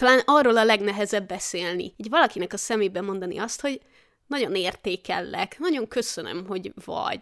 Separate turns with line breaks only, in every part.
talán arról a legnehezebb beszélni. Így valakinek a szemébe mondani azt, hogy nagyon értékellek, nagyon köszönöm, hogy vagy.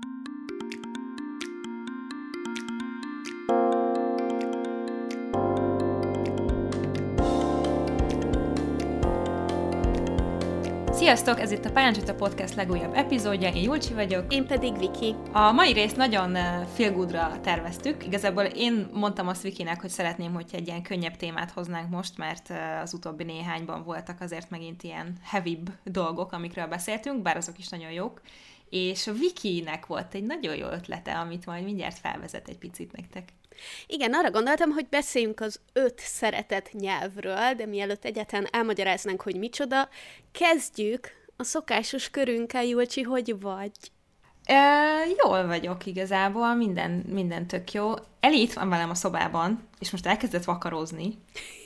Sziasztok! Ez itt a Pályáncsata Podcast legújabb epizódja, én Julcsi vagyok.
Én pedig Viki.
A mai részt nagyon feel good-ra terveztük. Igazából én mondtam azt Vikinek, hogy szeretném, hogy egy ilyen könnyebb témát hoznánk most, mert az utóbbi néhányban voltak azért megint ilyen heavybb dolgok, amikről beszéltünk, bár azok is nagyon jók. És a Vikinek volt egy nagyon jó ötlete, amit majd mindjárt felvezet egy picit nektek.
Igen, arra gondoltam, hogy beszéljünk az 5 szeretett nyelvről, de mielőtt egyáltalán elmagyaráznánk, hogy micsoda, kezdjük a szokásos körünkkel, Julcsi, hogy vagy?
Jól vagyok igazából, minden tök jó. Eli itt van velem a szobában, és most elkezdett vakarózni,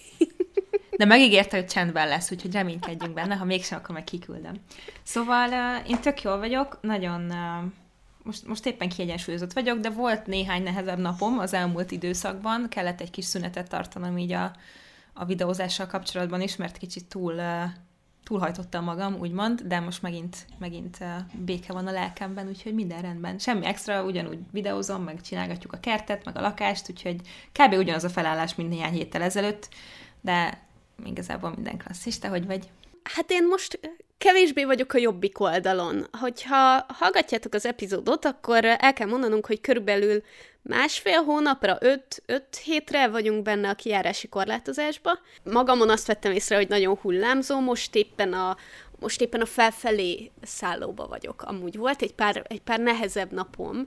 de megígérte, hogy csendben lesz, úgyhogy reménykedjünk benne, ha mégsem, akkor meg kiküldöm. Szóval én tök jól vagyok, nagyon... Most éppen kiegyensúlyozott vagyok, de volt néhány nehezebb napom az elmúlt időszakban, kellett egy kis szünetet tartanom így a videózással kapcsolatban is, mert kicsit túlhajtottam magam, úgymond, de most megint béke van a lelkemben, úgyhogy minden rendben. Semmi extra, ugyanúgy videózom, meg csinálgatjuk a kertet, meg a lakást, úgyhogy kb. Ugyanaz a felállás, mint néhány héttel ezelőtt, de igazából minden klasszis. Te hogy vagy?
Hát én most kevésbé vagyok a jobbik oldalon. Hogyha hallgatjátok az epizódot, akkor el kell mondanunk, hogy körülbelül 1,5 hónapra, 5 hétre vagyunk benne a kijárási korlátozásba. Magamon azt vettem észre, hogy nagyon hullámzó, most éppen a felfelé szállóba vagyok. Amúgy volt egy pár nehezebb napom,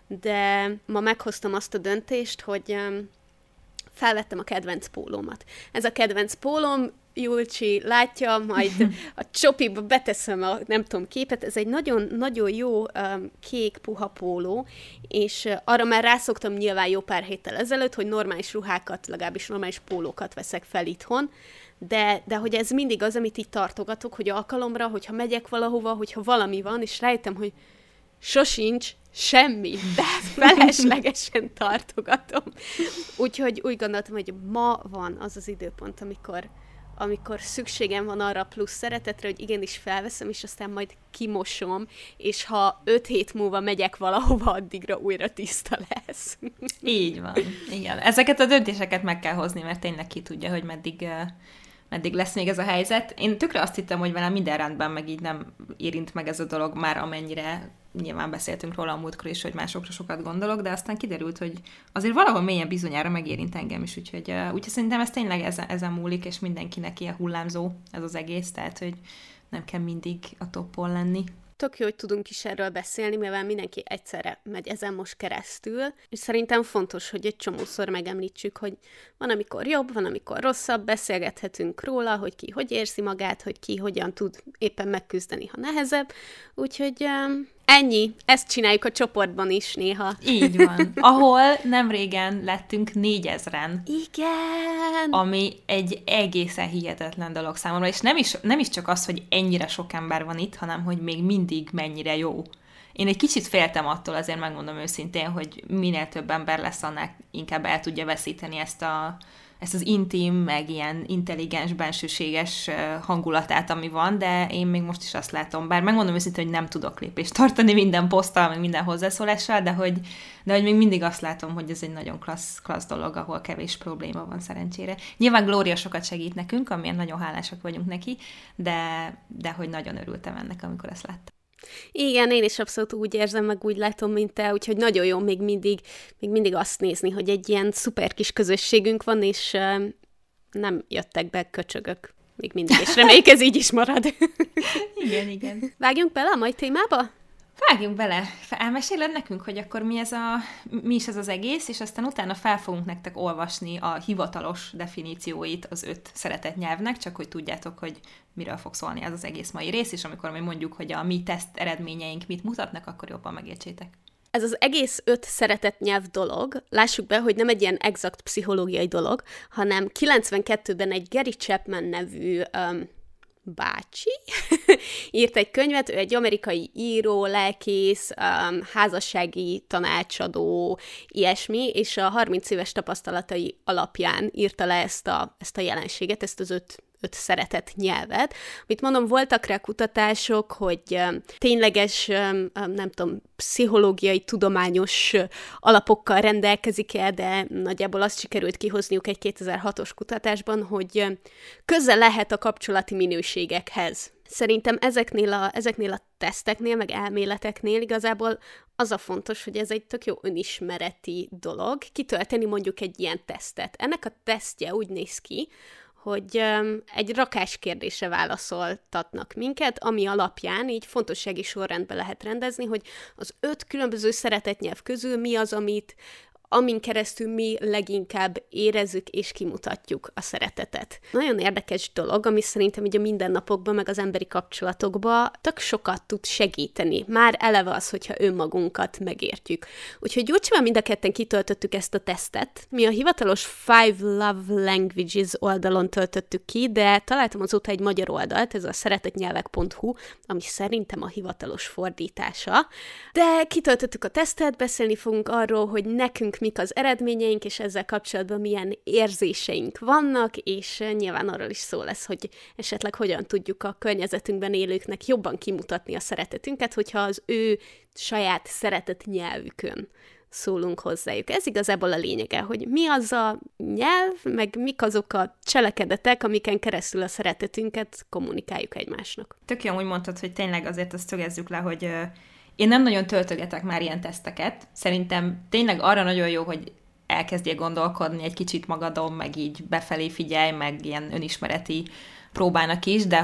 de ma meghoztam azt a döntést, hogy felvettem a kedvenc pólómat. Ez a kedvenc pólóm, Julcsi látja, majd a csopiba beteszem a, nem tudom, képet, ez egy nagyon jó kék puha póló, és arra már rászoktam nyilván jó pár héttel ezelőtt, hogy normális ruhákat, legalábbis normális pólókat veszek fel itthon, de hogy ez mindig az, amit így tartogatok, hogy alkalomra, hogyha megyek valahova, hogyha valami van, és rájöttem, hogy sosincs semmi, de feleslegesen tartogatom. Úgyhogy úgy gondoltam, hogy ma van az az időpont, amikor szükségem van arra a plusz szeretetre, hogy igenis felveszem, és aztán majd kimosom, és ha 5 hét múlva megyek valahova, addigra újra tiszta lesz.
Így van. Igen. Ezeket a döntéseket meg kell hozni, mert tényleg ki tudja, hogy meddig lesz még ez a helyzet. Én tökre azt hittem, hogy velem minden rendben, meg így nem érint meg ez a dolog már amennyire nyilván beszéltünk róla a múltkor is, hogy másokra sokat gondolok, de aztán kiderült, hogy azért valahol mélyen bizonyára megérint engem is, úgyhogy szerintem ez tényleg ezen múlik, és mindenkinek ilyen hullámzó ez az egész, tehát hogy nem kell mindig a toppon lenni.
Tök jó, hogy tudunk is erről beszélni, mivel mindenki egyszerre megy ezen most keresztül, és szerintem fontos, hogy egy csomószor megemlítsük, hogy van, amikor jobb, van, amikor rosszabb, beszélgethetünk róla, hogy ki hogy érzi magát, hogy ki hogyan tud éppen megküzdeni, ha nehezebb, úgyhogy ennyi, ezt csináljuk a csoportban is néha.
Így van. Ahol nem régen lettünk 4000-en.
Igen!
Ami egy egészen hihetetlen dolog számomra, és nem is csak az, hogy ennyire sok ember van itt, hanem hogy még mindig mennyire jó. Én egy kicsit féltem attól, azért megmondom őszintén, hogy minél több ember lesz, annál inkább el tudja veszíteni ezt az intim, meg ilyen intelligens, bensőséges hangulatát, ami van, de én még most is azt látom, bár megmondom őszintén, hogy nem tudok lépést tartani minden poszttal, meg minden hozzászólással, de hogy még mindig azt látom, hogy ez egy nagyon klassz dolog, ahol kevés probléma van szerencsére. Nyilván Glória sokat segít nekünk, amilyen nagyon hálásak vagyunk neki, de hogy nagyon örültem ennek, amikor ezt láttam.
Igen, én is abszolút úgy érzem, meg úgy látom, mint te, úgyhogy nagyon jó még mindig azt nézni, hogy egy ilyen szuper kis közösségünk van, és nem jöttek be köcsögök még mindig, és reméljük ez így is marad.
Igen.
Vágjunk bele a mai témába?
Vágjunk bele. Elmeséled nekünk, hogy akkor mi is ez az egész, és aztán utána fel fogunk nektek olvasni a hivatalos definícióit az 5 szeretett nyelvnek, csak hogy tudjátok, hogy miről fog szólni ez az egész mai rész, és amikor mi mondjuk, hogy a mi teszt eredményeink mit mutatnak, akkor jobban megértsétek.
Ez az egész 5 szeretett nyelv dolog, lássuk be, hogy nem egy ilyen exakt pszichológiai dolog, hanem 92-ben egy Gary Chapman nevű bácsi írt egy könyvet, ő egy amerikai író, lelkész, házassági tanácsadó, ilyesmi, és a 30 éves tapasztalatai alapján írta le ezt a jelenséget, ezt az öt szeretett nyelvet. Amit mondom, voltak rá kutatások, hogy tényleges, nem tudom, pszichológiai, tudományos alapokkal rendelkezik-e, de nagyjából azt sikerült kihozniuk egy 2006-os kutatásban, hogy köze lehet a kapcsolati minőségekhez. Szerintem ezeknél a teszteknél, meg elméleteknél igazából az a fontos, hogy ez egy tök jó önismereti dolog, kitölteni mondjuk egy ilyen tesztet. Ennek a tesztje úgy néz ki, hogy egy rakás kérdésre válaszoltatnak minket, ami alapján így fontossági sorrendbe lehet rendezni, hogy az 5 különböző szeretett nyelv közül mi az, amin keresztül mi leginkább érezzük és kimutatjuk a szeretetet. Nagyon érdekes dolog, ami szerintem így a mindennapokban, meg az emberi kapcsolatokban tök sokat tud segíteni. Már eleve az, hogyha önmagunkat megértjük. Úgyhogy Gyurcsival mind a ketten kitöltöttük ezt a tesztet. Mi a hivatalos 5 Love Languages oldalon töltöttük ki, de találtam azóta egy magyar oldalt, ez a szeretetnyelvek.hu, ami szerintem a hivatalos fordítása. De kitöltöttük a tesztet, beszélni fogunk arról, hogy nekünk mik az eredményeink, és ezzel kapcsolatban milyen érzéseink vannak, és nyilván arról is szó lesz, hogy esetleg hogyan tudjuk a környezetünkben élőknek jobban kimutatni a szeretetünket, hogyha az ő saját szeretett nyelvükön szólunk hozzájuk. Ez igazából a lényege, hogy mi az a nyelv, meg mik azok a cselekedetek, amiken keresztül a szeretetünket kommunikáljuk egymásnak.
Tök jó, úgy mondtad, hogy tényleg azért azt szögezzük le, hogy én nem nagyon töltögetek már ilyen teszteket. Szerintem tényleg arra nagyon jó, hogy elkezdjél gondolkodni egy kicsit magadon, meg így befelé figyelj, meg ilyen önismereti próbának is, de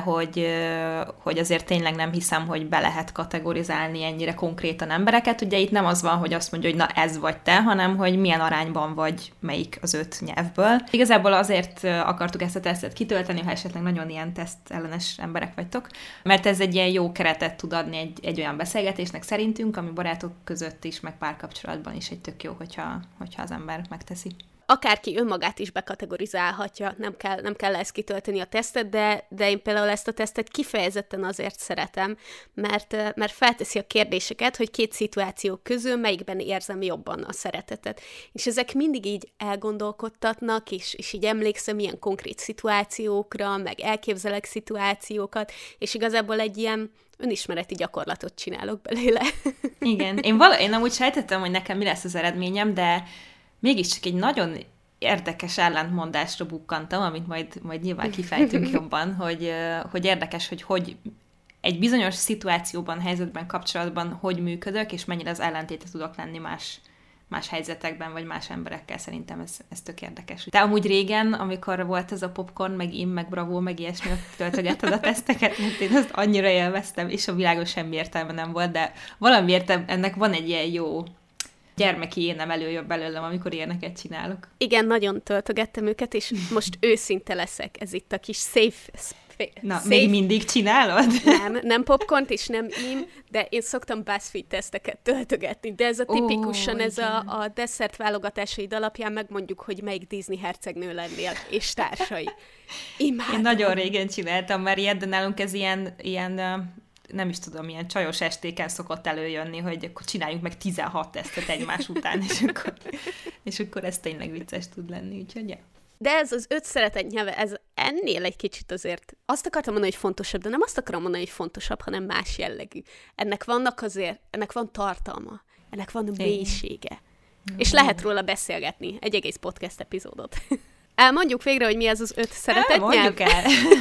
hogy azért tényleg nem hiszem, hogy be lehet kategorizálni ennyire konkrétan embereket. Ugye itt nem az van, hogy azt mondja, hogy na ez vagy te, hanem hogy milyen arányban vagy melyik az 5 nyelvből. Igazából azért akartuk ezt a tesztet kitölteni, ha esetleg nagyon ilyen tesztellenes emberek vagytok, mert ez egy ilyen jó keretet tud adni egy olyan beszélgetésnek szerintünk, ami barátok között is, meg párkapcsolatban is egy tök jó, hogyha az ember megteszi.
Akárki önmagát is bekategorizálhatja, nem kell ezt kitölteni a tesztet, de én például ezt a tesztet kifejezetten azért szeretem, mert felteszi a kérdéseket, hogy 2 szituáció közül melyikben érzem jobban a szeretetet. És ezek mindig így elgondolkodtatnak, és így emlékszem ilyen konkrét szituációkra, meg elképzelek szituációkat, és igazából egy ilyen önismereti gyakorlatot csinálok belőle.
Igen, én amúgy sejtettem, hogy nekem mi lesz az eredményem, de mégiscsak egy nagyon érdekes ellentmondásra bukkantam, amit majd nyilván kifejtünk jobban, hogy érdekes, hogy egy bizonyos szituációban, helyzetben, kapcsolatban hogy működök, és mennyire az ellentéte tudok lenni más helyzetekben, vagy más emberekkel. Szerintem ez tök érdekes. De amúgy régen, amikor volt ez a popcorn, meg meg bravo, meg ilyesmi, töltögetted a teszteket, mert én azt annyira élveztem, és a világon semmi értelme nem volt, de valamiért ennek van egy ilyen jó gyermeki énem előjön belőlem, amikor ilyeneket csinálok.
Igen, nagyon töltögettem őket, és most őszinte leszek. Ez itt a kis safe.
Még mindig csinálod?
Nem popcornt és nem de én szoktam BuzzFeed teszteket töltögetni, de ez a tipikusan, ez a desszert válogatásaid alapján megmondjuk, hogy melyik Disney hercegnő lennél, és társai. Imádom.
Én nagyon régen csináltam már ilyet, de nálunk ez ilyen nem is tudom, ilyen csajos estéken szokott előjönni, hogy akkor csináljuk meg 16 tesztet egymás után, és akkor ez tényleg vicces tud lenni, úgyhogy ja.
De ez az 5 szeretett nyelve, ez ennél egy kicsit azért, azt akartam mondani, hogy fontosabb, de nem azt akarom mondani, hogy fontosabb, hanem más jellegű. Ennek van tartalma, ennek van mélysége. És lehet róla beszélgetni egy egész podcast epizódot. Elmondjuk végre, hogy mi ez az 5 szeretett nyelv?
Mondjuk el.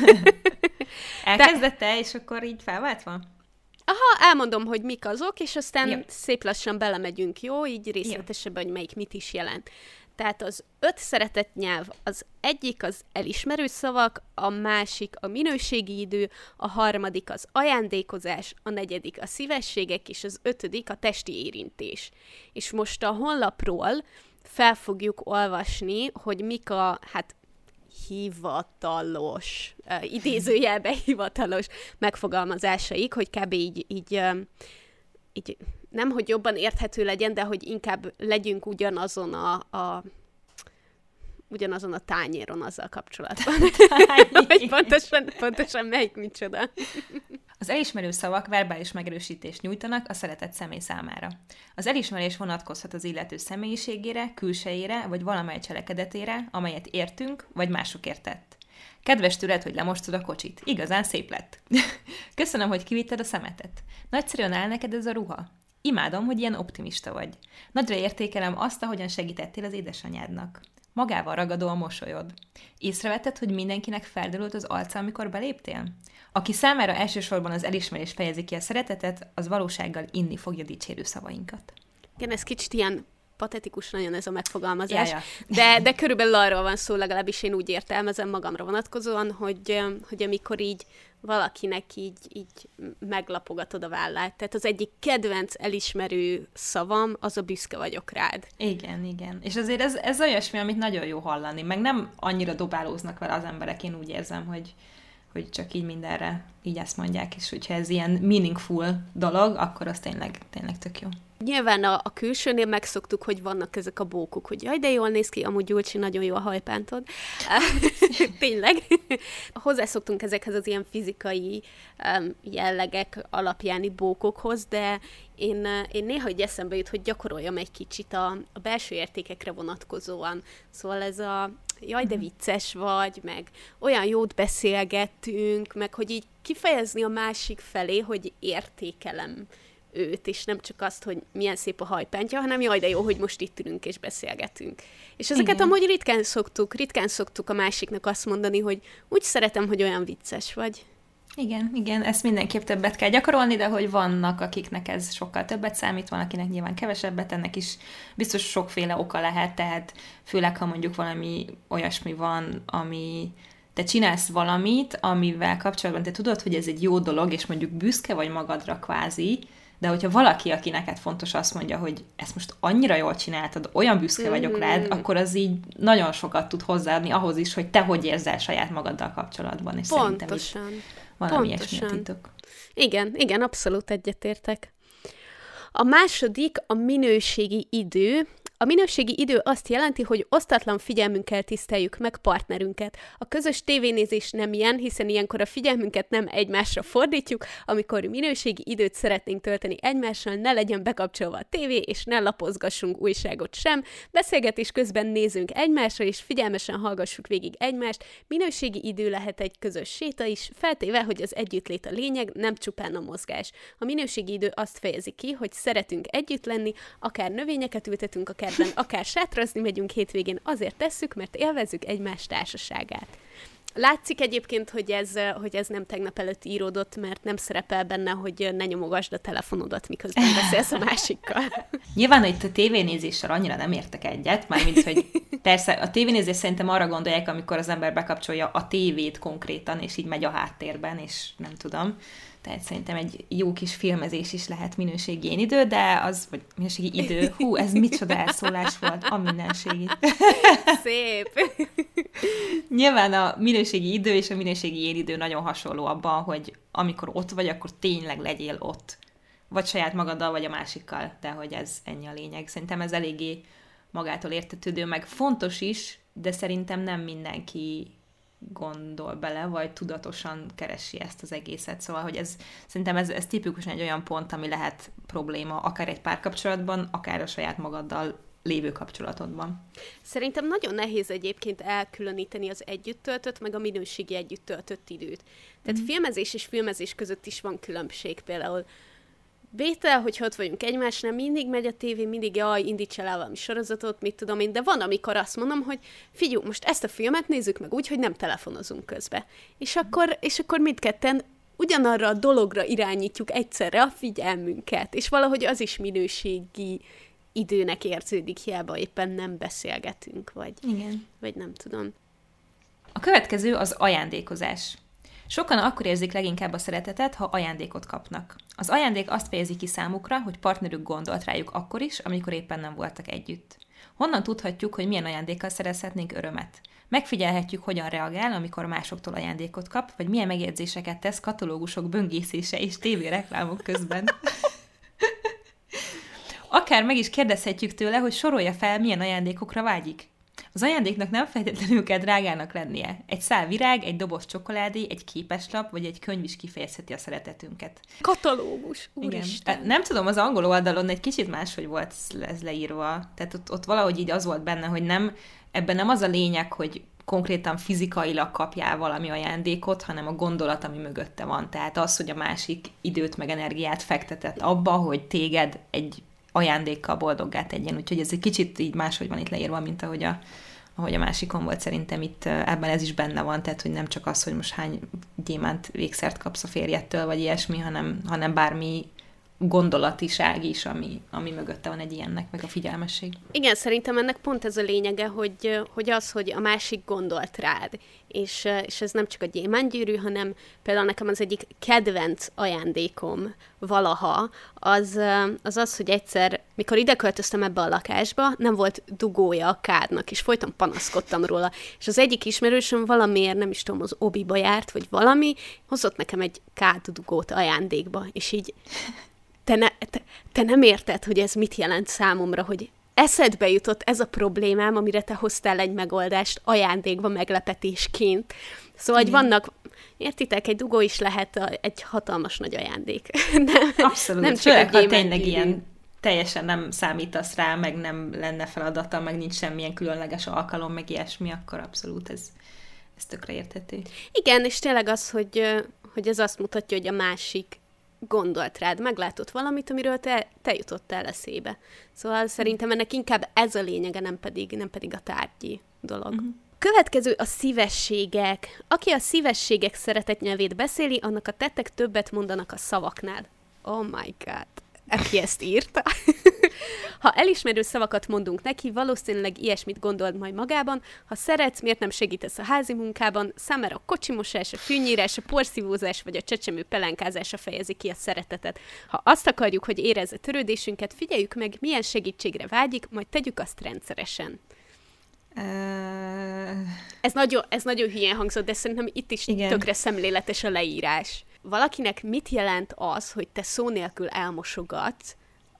Elkezdett te, és akkor így felváltva?
Aha, elmondom, hogy mik azok, és aztán szép lassan belemegyünk, jó? Így részletesebben, hogy melyik mit is jelent. Tehát az 5 szeretett nyelv, az egyik az elismerő szavak, a másik a minőségi idő, a harmadik az ajándékozás, a negyedik a szívességek, és az 5. a testi érintés. És most a honlapról fel fogjuk olvasni, hogy mik a, hivatalos, idézőjelben hivatalos megfogalmazásaik, hogy kb. így nem, hogy jobban érthető legyen, de hogy inkább legyünk ugyanazon ugyanazon a tányéron azzal kapcsolatban. Hogy pontosan melyik micsoda.
Az elismerő szavak verbális megerősítést nyújtanak a szeretett személy számára. Az elismerés vonatkozhat az illető személyiségére, külsejére, vagy valamely cselekedetére, amelyet értünk, vagy másokért tett. Kedves tőled, hogy lemostod a kocsit. Igazán szép lett. Köszönöm, hogy kivitted a szemetet. Nagyszerűen áll neked ez a ruha. Imádom, hogy ilyen optimista vagy. Nagyra értékelem azt, ahogyan segítettél az édesanyádnak. Magával ragadó a mosolyod. Észrevetted, hogy mindenkinek feldőlt az arca, amikor beléptél? Aki számára elsősorban az elismerés fejezi ki a szeretetet, az valósággal inni fogja dicsérő szavainkat.
Igen, ez kicsit ilyen patetikus nagyon ez a megfogalmazás, de körülbelül arról van szó, legalábbis én úgy értelmezem magamra vonatkozóan, hogy amikor így valakinek így meglapogatod a vállát. Tehát az egyik kedvenc elismerő szavam, az a büszke vagyok rád.
Igen. És azért ez olyasmi, amit nagyon jó hallani, meg nem annyira dobálóznak vele az emberek, én úgy érzem, hogy csak így mindenre így ezt mondják, és hogyha ez ilyen meaningful dolog, akkor az tényleg tök jó.
Nyilván a külsőnél megszoktuk, hogy vannak ezek a bókok, hogy jaj, de jól néz ki, amúgy Gyulcsi, nagyon jó a hajpántod. Tényleg. Hozzászoktunk ezekhez az ilyen fizikai jellegek alapjáni bókokhoz, de én néha így eszembe jut, hogy gyakoroljam egy kicsit a belső értékekre vonatkozóan. Szóval ez a jaj, de vicces vagy, meg olyan jót beszélgettünk, meg hogy így kifejezni a másik felé, hogy értékelem őt, és nem csak azt, hogy milyen szép a hajpántja, hanem jaj, de jó, hogy most itt ülünk és beszélgetünk. És ezeket amúgy ritkán szoktuk a másiknak azt mondani, hogy úgy szeretem, hogy olyan vicces vagy.
Igen, ezt mindenképp többet kell gyakorolni, de hogy vannak, akiknek ez sokkal többet számít, van, akinek nyilván kevesebbet, ennek is biztos sokféle oka lehet, tehát főleg, ha mondjuk valami olyasmi van, ami te csinálsz valamit, amivel kapcsolatban te tudod, hogy ez egy jó dolog, és mondjuk büszke vagy magadra kvázi, de hogyha valaki, aki neked fontos, azt mondja, hogy ezt most annyira jól csináltad, olyan büszke vagyok rád, akkor az így nagyon sokat tud hozzáadni ahhoz is, hogy te hogy érzel saját magaddal kapcsolatban, és
pontosan.
Szerintem itt valami ilyesmi a titok.
Igen, abszolút egyetértek. A második a minőségi idő. A minőségi idő azt jelenti, hogy osztatlan figyelmünkkel tiszteljük meg partnerünket. A közös tévénézés nem ilyen, hiszen ilyenkor a figyelmünket nem egymásra fordítjuk, amikor minőségi időt szeretnénk tölteni egymással, ne legyen bekapcsolva a tévé, és ne lapozgassunk újságot sem. Beszélgetés közben nézzünk egymásra, és figyelmesen hallgassuk végig egymást. Minőségi idő lehet egy közös séta is, feltéve, hogy az együttlét a lényeg, nem csupán a mozgás. A minőségi idő azt fejezi ki, hogy szeretünk együtt lenni, akár növényeket ültetünk a kertben, akár sátrazni megyünk hétvégén, azért tesszük, mert élvezzük egymás társaságát. Látszik egyébként, hogy ez nem tegnap előtt íródott, mert nem szerepel benne, hogy ne nyomogasd a telefonodat, miközben beszélsz a másikkal.
Nyilván itt a tévénézéssel annyira nem értek egyet, mármint, hogy persze a tévénézés szerintem arra gondolják, amikor az ember bekapcsolja a tévét konkrétan, és így megy a háttérben, és nem tudom. Tehát szerintem egy jó kis filmezés is lehet minőségi idő, de az, vagy minőségi idő, ez micsoda elszólás volt, a mindenségi.
Szép!
Nyilván a minőségi idő és a minőségi idő nagyon hasonló abban, hogy amikor ott vagy, akkor tényleg legyél ott. Vagy saját magaddal, vagy a másikkal, de hogy ez ennyi a lényeg. Szerintem ez eléggé magától értetődő, meg fontos is, de szerintem nem mindenki gondol bele, vagy tudatosan keresi ezt az egészet. Szóval, hogy szerintem ez tipikusan egy olyan pont, ami lehet probléma, akár egy párkapcsolatban, akár a saját magaddal lévő kapcsolatodban.
Szerintem nagyon nehéz egyébként elkülöníteni az együtt töltött, meg a minőségi együtt töltött időt. Tehát filmezés és filmezés között is van különbség. Például Bétel, hogyha ott vagyunk egymásnál, mindig megy a tévé, mindig indíts el valami sorozatot, mit tudom én, de van, amikor azt mondom, hogy figyelj, most ezt a filmet nézzük meg úgy, hogy nem telefonozunk közbe. És akkor mindketten ugyanarra a dologra irányítjuk egyszerre a figyelmünket, és valahogy az is minőségi időnek érződik, hiába éppen nem beszélgetünk, vagy nem tudom.
A következő az ajándékozás. Sokan akkor érzik leginkább a szeretetet, ha ajándékot kapnak. Az ajándék azt fejezi ki számukra, hogy partnerük gondolt rájuk akkor is, amikor éppen nem voltak együtt. Honnan tudhatjuk, hogy milyen ajándékkal szerezhetnénk örömet? Megfigyelhetjük, hogyan reagál, amikor másoktól ajándékot kap, vagy milyen megjegyzéseket tesz katalógusok böngészése és tévéreklámok közben. Akár meg is kérdezhetjük tőle, hogy sorolja fel, milyen ajándékokra vágyik. Az ajándéknak nem feltétlenül kell drágának lennie. Egy szál virág, egy doboz csokoládé, egy képeslap, vagy egy könyv is kifejezheti a szeretetünket.
Katalógus, úristen.
Igen. Nem tudom, az angol oldalon egy kicsit máshogy volt ez leírva. Tehát ott valahogy így az volt benne, hogy ebben nem az a lényeg, hogy konkrétan fizikailag kapjál valami ajándékot, hanem a gondolat, ami mögötte van. Tehát az, hogy a másik időt meg energiát fektetett abba, hogy téged egy ajándékkal boldoggá tegyen. Úgyhogy ez egy kicsit így máshogy van itt leírva, mint ahogy a másikon volt, szerintem itt ebben ez is benne van, tehát hogy nem csak az, hogy most hány gyémánt végszert kapsz a férjettől, vagy ilyesmi, hanem bármi gondolatiság is, ami mögötte van egy ilyennek, meg a figyelmesség.
Igen, szerintem ennek pont ez a lényege, hogy a másik gondolt rád. És ez nem csak a gyémántgyűrű, hanem például nekem az egyik kedvenc ajándékom valaha, az, hogy egyszer, mikor ide költöztem ebbe a lakásba, nem volt dugója a kádnak, és folyton panaszkodtam róla. És az egyik ismerősöm valamiért, nem is tudom, az obiba járt, vagy valami, hozott nekem egy káddugót ajándékba, és így te nem érted, hogy ez mit jelent számomra, hogy eszedbe jutott ez a problémám, amire te hoztál egy megoldást ajándékba meglepetésként. Szóval, hogy vannak, értitek, egy dugó is lehet egy hatalmas nagy ajándék.
Abszolút, nem csak ha tényleg ilyen teljesen nem számítasz rá, meg nem lenne feladata, meg nincs semmilyen különleges alkalom, meg ilyesmi, akkor abszolút ez tökre érthető.
Igen, és tényleg az, hogy ez azt mutatja, hogy a másik gondolt rád, meglátott valamit, amiről te jutottál eszébe. Szóval szerintem ennek inkább ez a lényege, nem pedig a tárgyi dolog. Uh-huh. Következő a szívességek. Aki a szívességek szeretetnyelvét beszéli, annak a tettek többet mondanak a szavaknál. Oh my god. Aki ezt írta. Ha elismerő szavakat mondunk neki, valószínűleg ilyesmit gondold majd magában. Ha szeretsz, miért nem segítesz a házi munkában? Számára a kocsimosás, a fűnyírás, a porszívózás vagy a csecsemő pelenkázása fejezi ki a szeretetet. Ha azt akarjuk, hogy érezze törődésünket, figyeljük meg, milyen segítségre vágyik, majd tegyük azt rendszeresen. Ez nagyon hülyén hangzott, de szerintem itt is tökre szemléletes a leírás. Valakinek mit jelent az, hogy te szó nélkül elmosogatsz,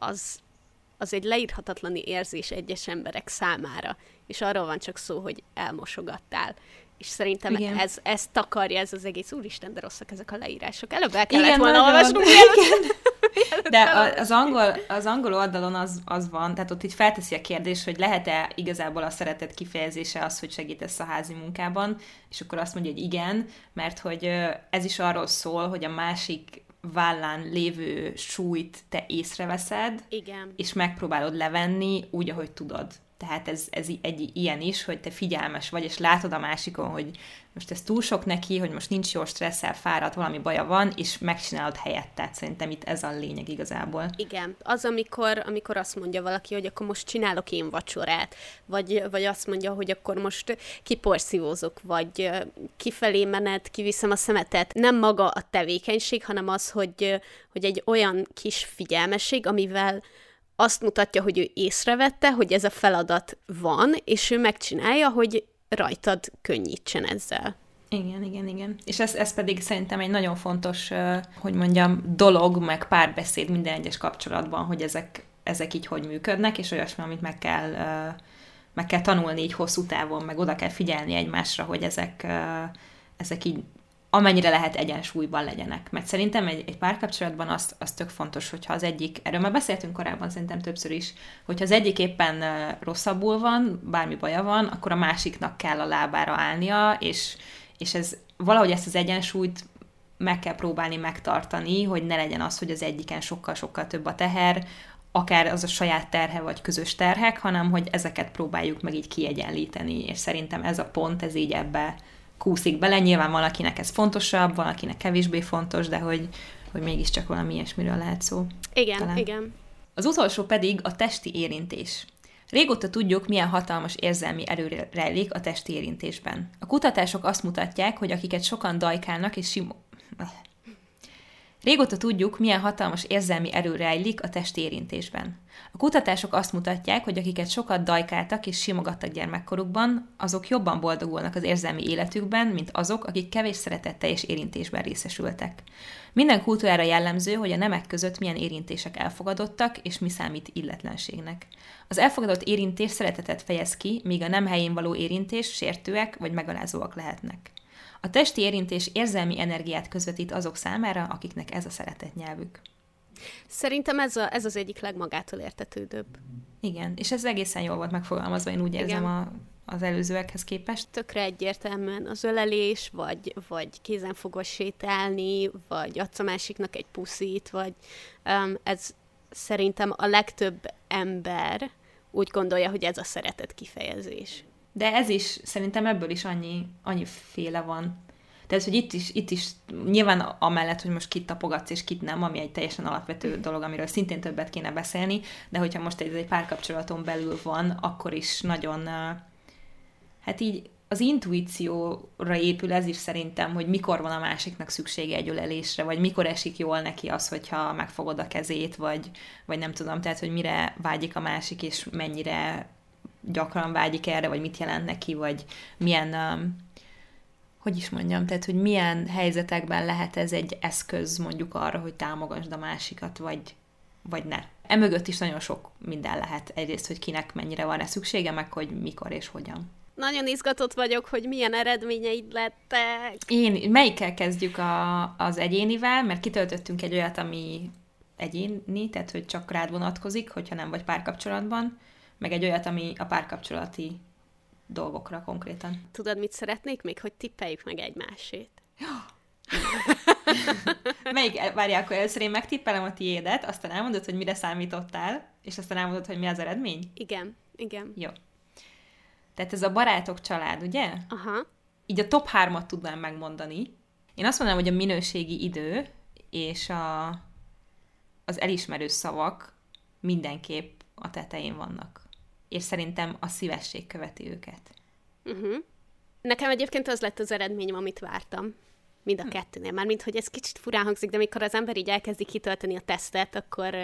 az egy leírhatatlan érzés egyes emberek számára. És arról van csak szó, hogy elmosogattál. És szerintem ez takarja, ez az egész. Úristen, de rosszak ezek a leírások. Előbb el kellett volna olvasnunk.
De az angol oldalon az van, tehát ott így felteszi a kérdés, hogy lehet-e igazából a szeretet kifejezése az, hogy segítesz a házi munkában, és akkor azt mondja, hogy igen, mert hogy ez is arról szól, hogy a másik vállán lévő súlyt te észreveszed,
igen,
és megpróbálod levenni úgy, ahogy tudod. Tehát ez egy ilyen is, hogy te figyelmes vagy, és látod a másikon, hogy most ez túl sok neki, hogy most nincs jó stresszel, fáradt, valami baja van, és megcsinálod helyette. Szerintem itt ez a lényeg igazából.
Igen. Az, amikor azt mondja valaki, hogy akkor most csinálok én vacsorát, vagy azt mondja, hogy akkor most kiporszívózok, vagy kifelé menet, kiviszem a szemetet. Nem maga a tevékenység, hanem az, hogy egy olyan kis figyelmesség, amivel azt mutatja, hogy ő észrevette, hogy ez a feladat van, és ő megcsinálja, hogy rajtad könnyítsen ezzel.
Igen. És ez pedig szerintem egy nagyon fontos, hogy mondjam, dolog, meg párbeszéd minden egyes kapcsolatban, hogy ezek így hogy működnek, és olyasmi, amit meg kell tanulni így hosszú távon, meg oda kell figyelni egymásra, hogy ezek így amennyire lehet egyensúlyban legyenek. Mert szerintem egy párkapcsolatban az tök fontos, hogyha az egyik, erről már beszéltünk korábban szerintem többször is, hogyha az egyik éppen rosszabbul van, bármi baja van, akkor a másiknak kell a lábára állnia, és ez valahogy ezt az egyensúlyt meg kell próbálni megtartani, hogy ne legyen az, hogy az egyiken sokkal-sokkal több a teher, akár az a saját terhe, vagy közös terhek, hanem hogy ezeket próbáljuk meg így kiegyenlíteni, és szerintem ez a pont, ez így ebbe kúszik bele. Nyilván valakinek ez fontosabb, valakinek kevésbé fontos, de hogy mégiscsak valami ilyesmiről lehet szó.
Igen,
talán.
Igen.
Az utolsó pedig a testi érintés. Régóta tudjuk, milyen hatalmas érzelmi erő rejlik a testi érintésben. A kutatások azt mutatják, hogy akiket sokan dajkálnak és Régóta tudjuk, milyen hatalmas érzelmi erő rejlik a testi érintésben. A kutatások azt mutatják, hogy akiket sokat dajkáltak és simogattak gyermekkorukban, azok jobban boldogulnak az érzelmi életükben, mint azok, akik kevés szeretetteljes érintésben részesültek. Minden kultúrára jellemző, hogy a nemek között milyen érintések elfogadottak, és mi számít illetlenségnek. Az elfogadott érintés szeretetet fejez ki, míg a nem helyén való érintés sértőek vagy megalázóak lehetnek. A testi érintés érzelmi energiát közvetít azok számára, akiknek ez a szeretet nyelvük.
Szerintem ez az egyik legmagától értetődőbb.
Igen, és ez egészen jól volt megfogalmazva, én úgy érzem az előzőekhez képest.
Tökre egyértelműen az ölelés, vagy kézenfogva sétálni, vagy adsz a másiknak egy puszit, vagy ez szerintem a legtöbb ember úgy gondolja, hogy ez a szeretet kifejezés.
De ez is, szerintem ebből is annyi féle van. Tehát, hogy itt is nyilván amellett, hogy most kit tapogatsz és kit nem, ami egy teljesen alapvető dolog, amiről szintén többet kéne beszélni, de hogyha most egy párkapcsolaton belül van, akkor is nagyon, hát így az intuícióra épül ez is szerintem, hogy mikor van a másiknak szüksége egy ölelésre, vagy mikor esik jól neki az, hogyha megfogod a kezét, vagy nem tudom, tehát, hogy mire vágyik a másik, és mennyire gyakran vágyik erre, vagy mit jelent neki, vagy milyen, hogy is mondjam, tehát, hogy milyen helyzetekben lehet ez egy eszköz mondjuk arra, hogy támogasd a másikat, vagy ne. Emögött is nagyon sok minden lehet. Egyrészt, hogy kinek mennyire van rá szüksége, meg hogy mikor és hogyan.
Nagyon izgatott vagyok, hogy milyen eredményeid lettek.
Melyikkel kezdjük az egyénivel, mert kitöltöttünk egy olyat, ami egyéni, tehát, hogy csak rád vonatkozik, hogyha nem vagy párkapcsolatban, meg egy olyat, ami a párkapcsolati dolgokra konkrétan.
Tudod, mit szeretnék még? Hogy tippeljük meg egymásét.
Várjál, akkor először én megtippelem a tiédet, aztán elmondod, hogy mire számítottál, és aztán elmondod, hogy mi az eredmény?
Igen.
Jó. Tehát ez a barátok család, ugye?
Aha.
Így a top 3-at tudnám megmondani. Én azt mondanám, hogy a minőségi idő és az elismerő szavak mindenképp a tetején vannak. És szerintem a szívesség követi őket.
Uh-huh. Nekem egyébként az lett az eredményem, amit vártam. Mind a kettőnél. Mármint, hogy ez kicsit furán hangzik, de amikor az ember így elkezdi kitölteni a tesztet,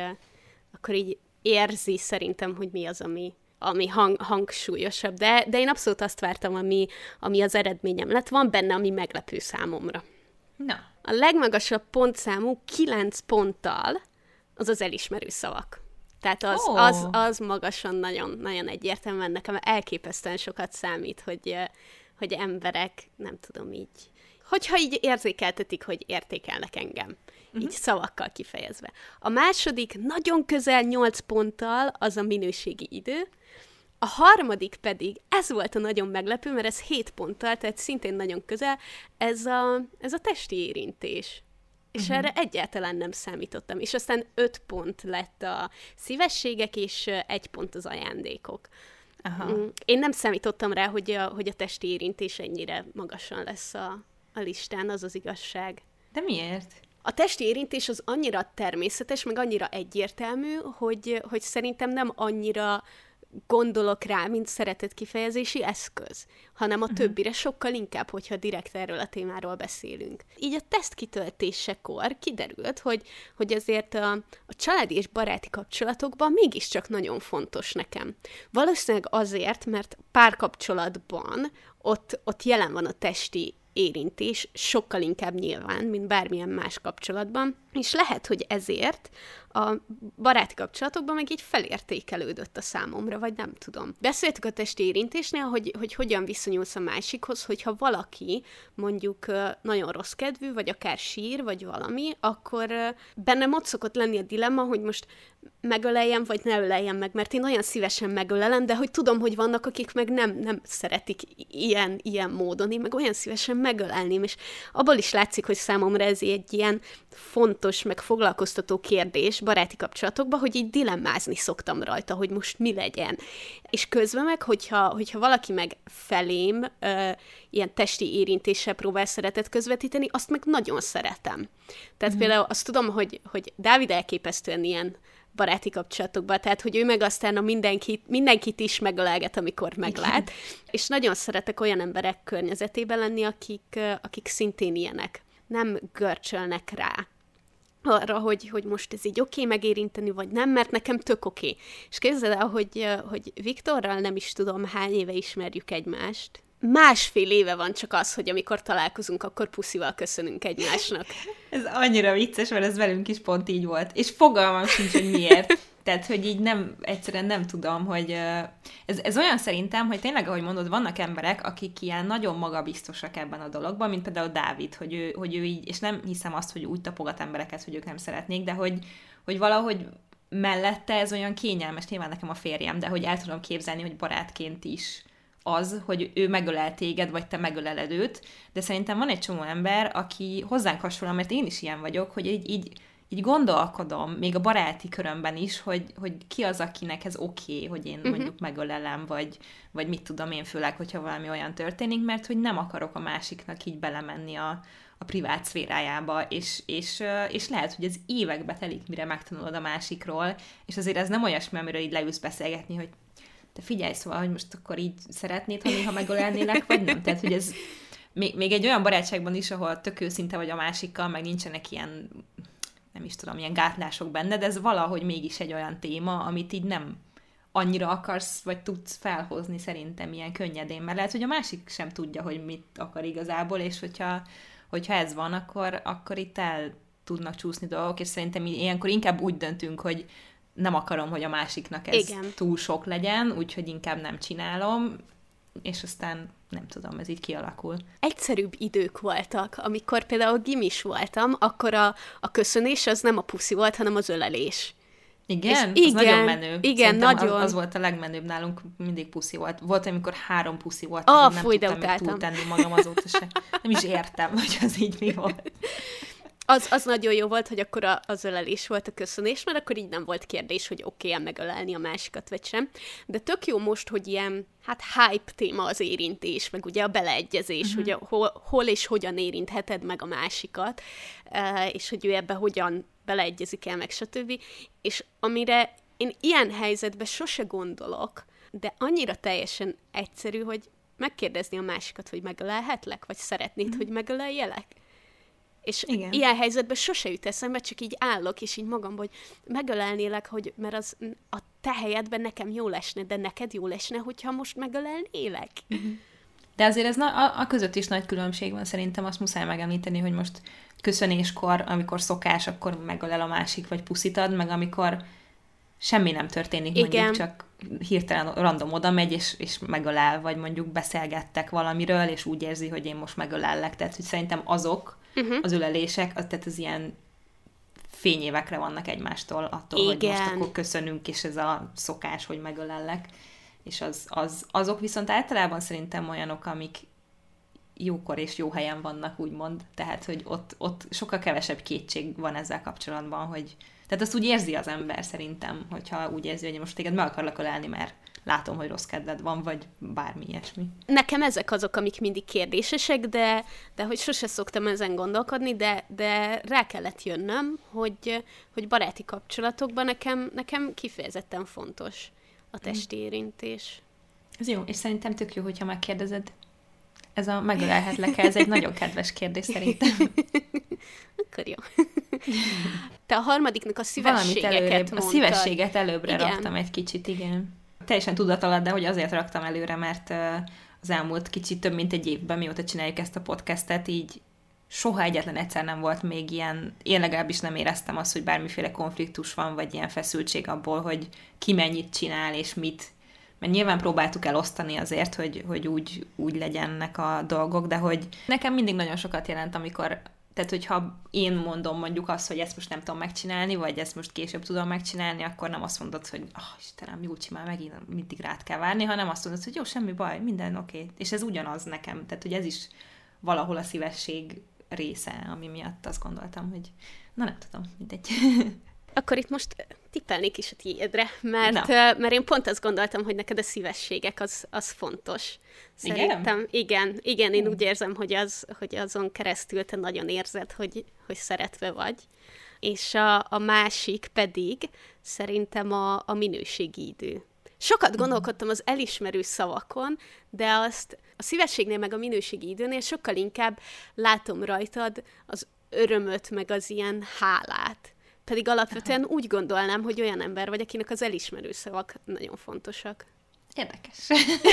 akkor így érzi szerintem, hogy mi az, ami hangsúlyosabb. De én abszolút azt vártam, ami az eredményem lett. Van benne, ami meglepő számomra.
Na.
A legmagasabb pontszámú 9 ponttal az elismerő szavak. Tehát az magasan nagyon egyértelműen nekem elképesztően sokat számít, hogy emberek, nem tudom így, hogyha így érzékeltetik, hogy értékelnek engem, így szavakkal kifejezve. A második nagyon közel 8 ponttal az a minőségi idő, a harmadik pedig, ez volt a nagyon meglepő, mert ez 7 ponttal, tehát szintén nagyon közel, ez a testi érintés. És erre egyáltalán nem számítottam. És aztán 5 pont lett a szívességek, és 1 pont az ajándékok. Aha. Én nem számítottam rá, hogy a testi érintés ennyire magasan lesz a listán, az az igazság.
De miért?
A testi érintés az annyira természetes, meg annyira egyértelmű, hogy szerintem nem annyira gondolok rá, mint szeretetkifejezési eszköz, hanem a többire sokkal inkább, hogyha direkt erről a témáról beszélünk. Így a teszt kitöltésekor kiderült, hogy azért a családi és baráti kapcsolatokban mégiscsak nagyon fontos nekem. Valószínűleg azért, mert párkapcsolatban ott jelen van a testi érintés sokkal inkább nyilván, mint bármilyen más kapcsolatban, és lehet, hogy ezért a baráti kapcsolatokban meg így felértékelődött a számomra, vagy nem tudom. Beszéltük a testi érintésnél, hogy hogyan viszonyulsz a másikhoz, hogyha valaki mondjuk nagyon rossz kedvű, vagy akár sír, vagy valami, akkor bennem ott szokott lenni a dilemma, hogy most megöleljem, vagy ne öleljem meg, mert én olyan szívesen megölelem, de hogy tudom, hogy vannak, akik meg nem szeretik ilyen módon, én meg olyan szívesen megölelném, és abból is látszik, hogy számomra ez egy ilyen fontos, meg foglalkoztató kérdés baráti kapcsolatokban, hogy így dilemmázni szoktam rajta, hogy most mi legyen. És közben meg, hogyha valaki meg felém ilyen testi érintéssel próbál szeretet közvetíteni, azt meg nagyon szeretem. Tehát például azt tudom, hogy Dávid elképesztően ilyen baráti kapcsolatokban, tehát, hogy ő meg aztán mindenkit is megölelget, amikor meglát, és nagyon szeretek olyan emberek környezetében lenni, akik szintén ilyenek. Nem görcsölnek rá. arra, hogy most ez így oké megérinteni, vagy nem, mert nekem tök oké. És képzeld el, hogy Viktorral nem is tudom, hány éve ismerjük egymást. 1,5 éve van csak az, hogy amikor találkozunk, akkor puszival köszönünk egymásnak.
Ez annyira vicces, mert ez velünk is pont így volt. És fogalmam sincs, hogy miért. Tehát, hogy így egyszerűen nem tudom, hogy ez olyan szerintem, hogy tényleg, ahogy mondod, vannak emberek, akik ilyen nagyon magabiztosak ebben a dologban, mint például Dávid, hogy ő így, és nem hiszem azt, hogy úgy tapogat embereket, hogy ők nem szeretnék, de hogy valahogy mellette ez olyan kényelmes, nyilván nekem a férjem, de hogy el tudom képzelni, hogy barátként is az, hogy ő megölel téged, vagy te megöleled őt, de szerintem van egy csomó ember, aki hozzánk hasonló, mert én is ilyen vagyok, hogy így gondolkodom, még a baráti körömben is, hogy ki az, akinek ez oké, hogy én mondjuk megölelem, vagy mit tudom én, főleg, hogyha valami olyan történik, mert hogy nem akarok a másiknak így belemenni a privát szférájába, és lehet, hogy ez évekbe telik, mire megtanulod a másikról, és azért ez nem olyasmi, amiről így leülsz beszélgetni, hogy te figyelj, szóval, hogy most akkor így szeretnéd, ha néha megölelnélek, vagy nem? Tehát, hogy ez még egy olyan barátságban is, ahol tök őszinte vagy a másikkal, meg nincsenek ilyen, nem is tudom, ilyen gátlások benne, de ez valahogy mégis egy olyan téma, amit így nem annyira akarsz, vagy tudsz felhozni szerintem ilyen könnyedén, mert lehet, hogy a másik sem tudja, hogy mit akar igazából, és hogyha ez van, akkor itt el tudnak csúszni dolgok, és szerintem ilyenkor inkább úgy döntünk, hogy nem akarom, hogy a másiknak ez túl sok legyen, úgyhogy inkább nem csinálom, és aztán nem tudom, ez így kialakul.
Egyszerűbb idők voltak, amikor például gimis voltam, akkor a köszönés az nem a puszi volt, hanem az ölelés.
Igen? És az nagyon menő.
Igen, szerintem nagyon.
Az volt a legmenőbb nálunk, mindig puszi volt. Volt, amikor 3 puszi volt,
nem
tudtam még túltenni magam azóta se. Nem is értem, hogy az így mi volt.
Az nagyon jó volt, hogy akkor az ölelés volt a köszönés, mert akkor így nem volt kérdés, hogy oké-e megölelni a másikat, vagy sem. De tök jó most, hogy ilyen, hype téma az érintés, meg ugye a beleegyezés, hogy hol és hogyan érintheted meg a másikat, és hogy ő ebbe hogyan beleegyezik el, meg stb. És amire én ilyen helyzetben sose gondolok, de annyira teljesen egyszerű, hogy megkérdezni a másikat, hogy megölelhetlek, vagy szeretnéd, hogy megöleljelek? És igen. Ilyen helyzetben sose jut eszembe, csak így állok, és így magamban, hogy megölelnélek, mert az a te helyedben nekem jól esne, de neked jól esne, hogyha most megölelnélek.
De azért ez a között is nagy különbség van, szerintem azt muszáj megemlíteni, hogy most köszönéskor, amikor szokás, akkor megölel a másik, vagy puszit ad, meg amikor semmi nem történik, mondjuk csak hirtelen random oda megy, és megölel, vagy mondjuk beszélgettek valamiről, és úgy érzi, hogy én most megölellek. Tehát, hogy szerintem azok, az ölelések, tehát az ilyen fényévekre vannak egymástól attól, hogy most akkor köszönünk, és ez a szokás, hogy megölellek. És azok viszont általában szerintem olyanok, amik jókor és jó helyen vannak, úgymond. Tehát, hogy ott sokkal kevesebb kétség van ezzel kapcsolatban, hogy tehát azt úgy érzi az ember szerintem, hogyha úgy érzi, hogy most téged meg akarlak ölelni, mert látom, hogy rossz kedved van, vagy bármi ilyesmi.
Nekem ezek azok, amik mindig kérdésesek, de hogy sose szoktam ezen gondolkodni, de rá kellett jönnöm, hogy baráti kapcsolatokban nekem kifejezetten fontos a testi érintés.
Ez jó, és szerintem tök jó, hogyha megkérdezed. Ez a megölelhetlek, ez egy nagyon kedves kérdés szerintem.
Akkor jó. Te a harmadiknak a szívességeket mondtad.
A szívességet előbbre raktam egy kicsit, igen. Teljesen tudatalatt, de hogy azért raktam előre, mert az elmúlt kicsit több mint egy évben, mióta csináljuk ezt a podcastet, így soha egyetlen egyszer nem volt még ilyen, én legalábbis nem éreztem azt, hogy bármiféle konfliktus van, vagy ilyen feszültség abból, hogy ki mennyit csinál, és mit. Mert nyilván próbáltuk elosztani azért, hogy úgy legyenek a dolgok, de hogy nekem mindig nagyon sokat jelent, amikor, tehát hogyha én mondom mondjuk azt, hogy ezt most nem tudom megcsinálni, vagy ezt most később tudom megcsinálni, akkor nem azt mondod, hogy Istenem, Júlcsi, már megint mindig rád kell várni, hanem azt mondod, hogy jó, semmi baj, minden oké. És ez ugyanaz nekem, tehát hogy ez is valahol a szívesség része, ami miatt azt gondoltam, hogy nem tudom, mindegy.
Akkor itt most tippelnék is a tiédre, mert én pont azt gondoltam, hogy neked a szívességek az fontos. Szerintem, igen, én úgy érzem, hogy azon keresztül te nagyon érzed, hogy szeretve vagy. És a másik pedig szerintem a minőségi idő. Sokat gondolkodtam az elismerő szavakon, de azt a szívességnél meg a minőségi időnél sokkal inkább látom rajtad örömöt, meg az ilyen hálát. Pedig alapvetően úgy gondolnám, hogy olyan ember vagy, akinek az elismerő szavak nagyon fontosak.
Érdekes.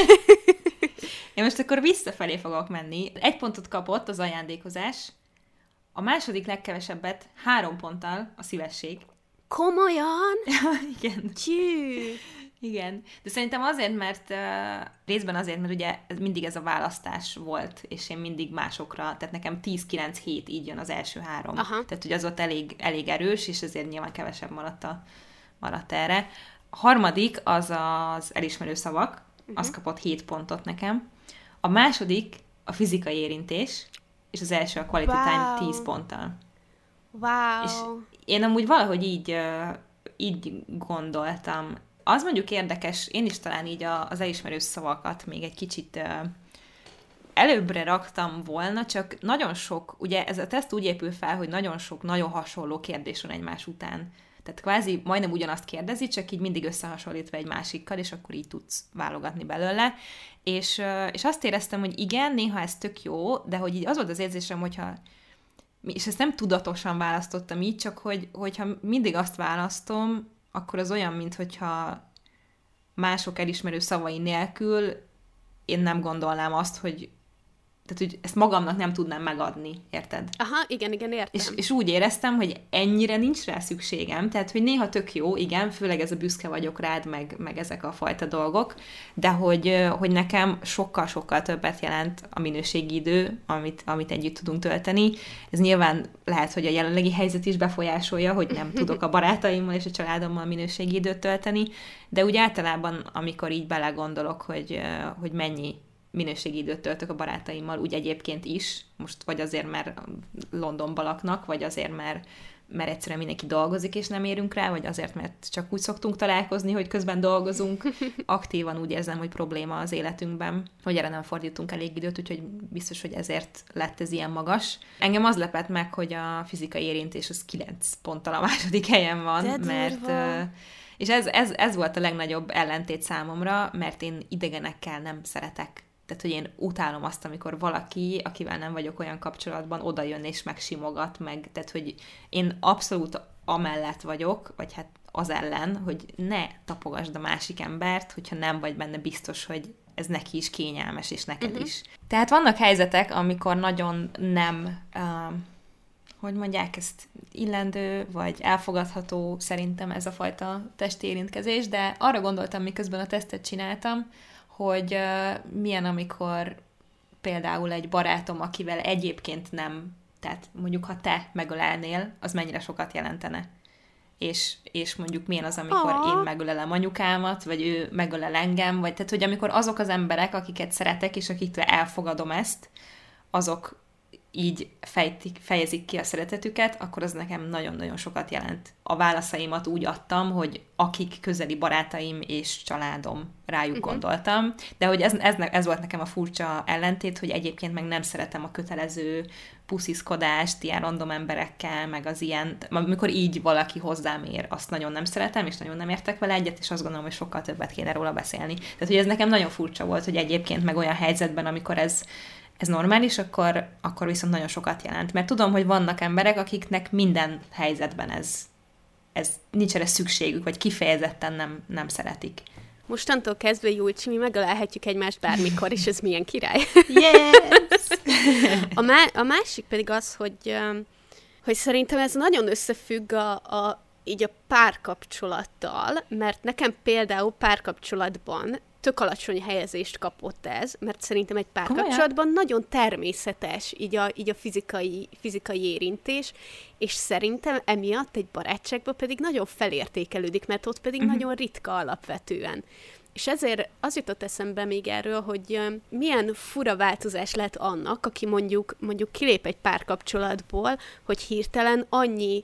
Én most akkor visszafelé fogok menni. 1 pontot kapott az ajándékozás, a második legkevesebbet 3 ponttal a szívesség.
Komolyan?
Igen.
Tyű!
Igen. De szerintem azért, mert részben azért, mert ugye mindig ez a választás volt, és én mindig másokra, tehát nekem 10-9-7 így jön az első 3.
Aha.
Tehát, hogy az ott elég erős, és ezért nyilván kevesebb maradt erre. A harmadik az az elismerő szavak, az kapott 7 pontot nekem. A második a fizikai érintés, és az első a quality time 10 ponttal.
Wow!
És én amúgy valahogy így gondoltam. Az mondjuk érdekes, én is talán így az elismerő szavakat még egy kicsit előbbre raktam volna, csak nagyon sok, ugye ez a teszt úgy épül fel, hogy nagyon sok, nagyon hasonló kérdés van egymás után. Tehát kvázi majdnem ugyanazt kérdezi, csak így mindig összehasonlítva egy másikkal, és akkor így tudsz válogatni belőle. És azt éreztem, hogy igen, néha ez tök jó, de hogy így az volt az érzésem, hogyha, és ezt nem tudatosan választottam így, csak hogyha mindig azt választom, akkor az olyan, minthogyha mások elismerő szavai nélkül én nem gondolnám azt, hogy ezt magamnak nem tudnám megadni, érted?
Aha, igen, értem.
És úgy éreztem, hogy ennyire nincs rá szükségem, tehát, hogy néha tök jó, igen, főleg ez a büszke vagyok rád, meg ezek a fajta dolgok, de hogy nekem sokkal-sokkal többet jelent a minőségi idő, amit együtt tudunk tölteni. Ez nyilván lehet, hogy a jelenlegi helyzet is befolyásolja, hogy nem tudok a barátaimmal és a családommal minőségi időt tölteni, de úgy általában, amikor így belegondolok, hogy mennyi minőségi időt töltök a barátaimmal, úgy egyébként is, most vagy azért, mert Londonban laknak, vagy azért, mert egyszerűen mindenki dolgozik, és nem érünk rá, vagy azért, mert csak úgy szoktunk találkozni, hogy közben dolgozunk. Aktívan úgy érzem, hogy probléma az életünkben, hogy erre nem fordítunk elég időt, úgyhogy biztos, hogy ezért lett ez ilyen magas. Engem az lepett meg, hogy a fizikai érintés az 9 ponttal a második helyen van, mert... És ez volt a legnagyobb ellentét számomra, mert én idegenekkel nem szeretek. Tehát, hogy én utálom azt, amikor valaki, akivel nem vagyok olyan kapcsolatban, oda jön és megsimogat meg. Tehát, hogy én abszolút amellett vagyok, vagy hát az ellen, hogy ne tapogasd a másik embert, hogyha nem vagy benne biztos, hogy ez neki is kényelmes, és neked is. Tehát vannak helyzetek, amikor nagyon nem, hogy mondják ezt, illendő, vagy elfogadható szerintem ez a fajta testi érintkezés, de arra gondoltam, miközben a tesztet csináltam, hogy milyen, amikor például egy barátom, akivel egyébként nem, tehát mondjuk, ha te megölelnél, az mennyire sokat jelentene. És mondjuk milyen az, amikor én megölelem anyukámat, vagy ő megölel engem, vagy tehát, hogy amikor azok az emberek, akiket szeretek, és akiktől elfogadom ezt, azok így fejezik ki a szeretetüket, akkor az nekem nagyon-nagyon sokat jelent. A válaszaimat úgy adtam, hogy akik közeli barátaim és családom, rájuk gondoltam, de hogy ez volt nekem a furcsa ellentét, hogy egyébként meg nem szeretem a kötelező pusziszkodást ilyen random emberekkel, meg az ilyen, amikor így valaki hozzám ér, azt nagyon nem szeretem, és nagyon nem értek vele egyet, és azt gondolom, hogy sokkal többet kéne róla beszélni. Tehát, hogy ez nekem nagyon furcsa volt, hogy egyébként meg olyan helyzetben, amikor ez normális, akkor viszont nagyon sokat jelent. Mert tudom, hogy vannak emberek, akiknek minden helyzetben ez nincs erre szükségük, vagy kifejezetten nem szeretik.
Mostantól kezdve, Julcsi, mi megölelhetjük egymást bármikor, és ez milyen király.
Yes!
A másik pedig az, hogy szerintem ez nagyon összefügg így a párkapcsolattal, mert nekem például párkapcsolatban tök alacsony helyezést kapott ez, mert szerintem egy párkapcsolatban nagyon természetes így a fizikai érintés, és szerintem emiatt egy barátságban pedig nagyon felértékelődik, mert ott pedig nagyon ritka alapvetően. És ezért az jutott eszembe még erről, hogy milyen fura változás lehet annak, aki mondjuk kilép egy párkapcsolatból, hogy hirtelen annyi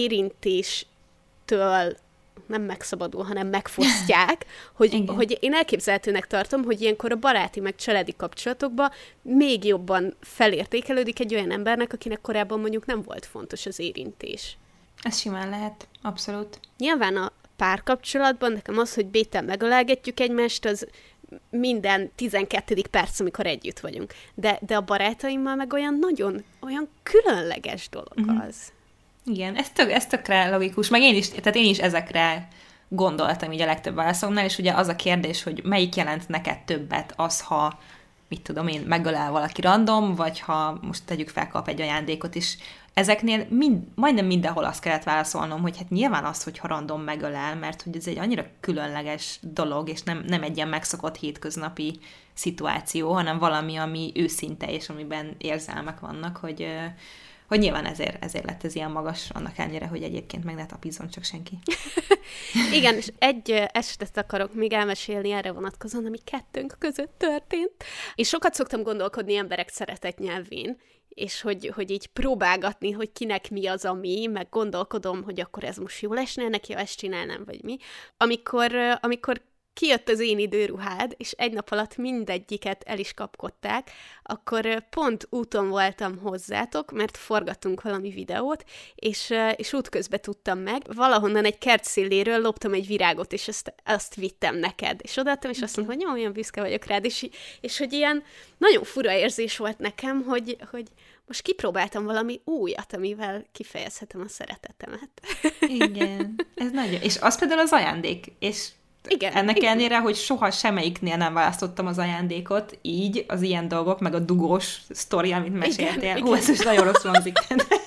érintéstől nem megszabadul, hanem megfosztják, hogy én elképzelhetőnek tartom, hogy ilyenkor a baráti meg családi kapcsolatokban még jobban felértékelődik egy olyan embernek, akinek korábban mondjuk nem volt fontos az érintés.
Ez simán lehet, abszolút.
Nyilván a párkapcsolatban nekem az, hogy béten megölelgetjük egymást, az minden 12. perc, amikor együtt vagyunk. De a barátaimmal meg olyan nagyon, olyan különleges dolog az.
Igen, ez tökre logikus. Meg én is ezekre gondoltam így a legtöbb válaszomnál, és ugye az a kérdés, hogy melyik jelent neked többet, az, ha mit tudom én, megölel valaki random, vagy ha most tegyük fel, kap egy ajándékot is. Ezeknél majdnem mindenhol azt kellett válaszolnom, hogy hát nyilván az, hogyha random megölel, mert hogy ez egy annyira különleges dolog, és nem egy ilyen megszokott hétköznapi szituáció, hanem valami, ami őszinte, és amiben érzelmek vannak, hogy nyilván ezért lett ez ilyen magas, annak ellenére, hogy egyébként meg ne tapizzon csak senki.
Igen, és egy esetet akarok még elmesélni erre vonatkozóan, ami kettőnk között történt. És sokat szoktam gondolkodni emberek szeretetnyelvén, és hogy így próbálgatni, hogy kinek mi az, ami, meg gondolkodom, hogy akkor ez most jól esne neki, ha ezt csinálnám, vagy mi. Amikor kijött az én időruhád, és egy nap alatt mindegyiket el is kapkodták, akkor pont úton voltam hozzátok, mert forgattunk valami videót, és útközben tudtam meg. Valahonnan egy kertszéléről loptam egy virágot, és azt vittem neked. És odaadtam, és azt mondtam, hogy olyan büszke vagyok rád, és hogy ilyen nagyon fura érzés volt nekem, hogy most kipróbáltam valami újat, amivel kifejezhetem a szeretetemet.
Igen, ez nagyon. És az például az ajándék, és igen, ennek ellenére, hogy soha semmelyiknél nem választottam az ajándékot, így az ilyen dolgok, meg a dugós sztori, amit meséltél. Hú, ez is nagyon rossz hangzik.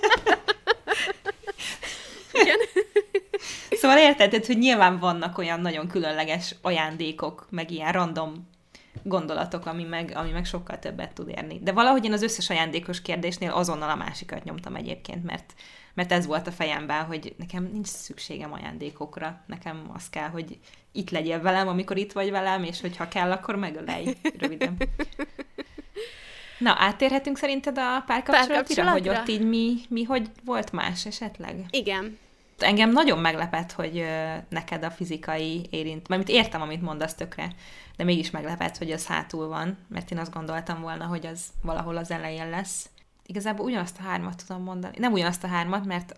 Igen.
Szóval érted, hogy nyilván vannak olyan nagyon különleges ajándékok, meg ilyen random gondolatok, ami meg sokkal többet tud érni. De valahogy én az összes ajándékos kérdésnél azonnal a másikat nyomtam egyébként, mert ez volt a fejemben, hogy nekem nincs szükségem ajándékokra. Nekem az kell, hogy itt legyél velem, amikor itt vagy velem, és hogyha kell, akkor megölelj röviden. Na, áttérhetünk szerinted a párkapcsolatra? Hogy ott így mi hogy volt más esetleg?
Igen.
Engem nagyon meglepett, hogy neked a fizikai mert értem, amit mondasz tökre, de mégis meglepett, hogy az hátul van, mert én azt gondoltam volna, hogy az valahol az elején lesz. Igazából ugyanazt a 3-at tudom mondani. Nem ugyanazt a 3-at, mert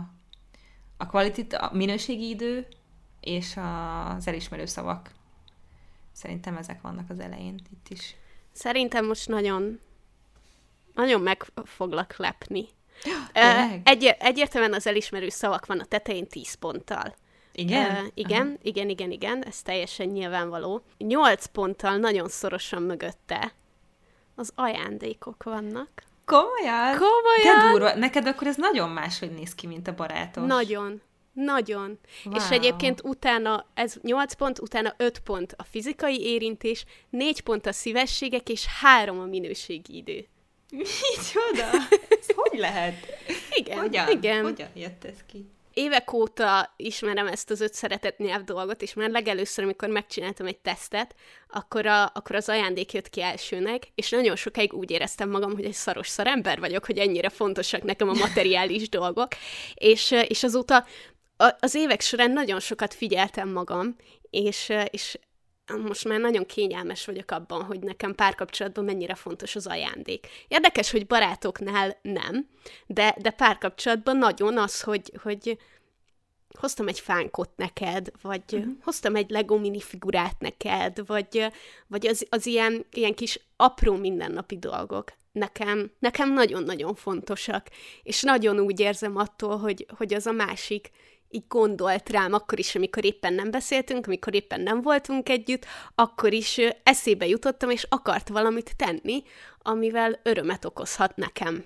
a minőségi idő és az elismerő szavak. Szerintem ezek vannak az elején itt is.
Szerintem most nagyon, nagyon meg foglak lepni. Egyértelműen az elismerő szavak van a tetején 10 ponttal.
Igen?
Igen, ez teljesen nyilvánvaló. 8 ponttal nagyon szorosan mögötte az ajándékok vannak.
Komolyan? De durva. Neked akkor ez nagyon máshogy néz ki, mint a barátos.
Nagyon. Wow. És egyébként utána, ez 8 pont, utána 5 pont a fizikai érintés, 4 pont a szívességek, és 3 a minőségi idő.
Micsoda? Ez hogy lehet?
Igen.
Hogyan jött ez ki?
Évek óta ismerem ezt az 5 szeretett nyelv dolgot, és már legelőször, amikor megcsináltam egy tesztet, akkor az ajándék jött ki elsőnek, és nagyon sokáig úgy éreztem magam, hogy egy szaros szarember vagyok, hogy ennyire fontosak nekem a materiális dolgok, és azóta az évek során nagyon sokat figyeltem magam, és most már nagyon kényelmes vagyok abban, hogy nekem párkapcsolatban mennyire fontos az ajándék. Érdekes, hogy barátoknál nem, de párkapcsolatban nagyon az, hogy hoztam egy fánkot neked, vagy hoztam egy Lego minifigurát neked, vagy az ilyen kis apró mindennapi dolgok nekem nagyon-nagyon fontosak, és nagyon úgy érzem attól, hogy az a másik így gondolt rám, akkor is, amikor éppen nem beszéltünk, amikor éppen nem voltunk együtt, akkor is eszébe jutottam, és akart valamit tenni, amivel örömet okozhat nekem.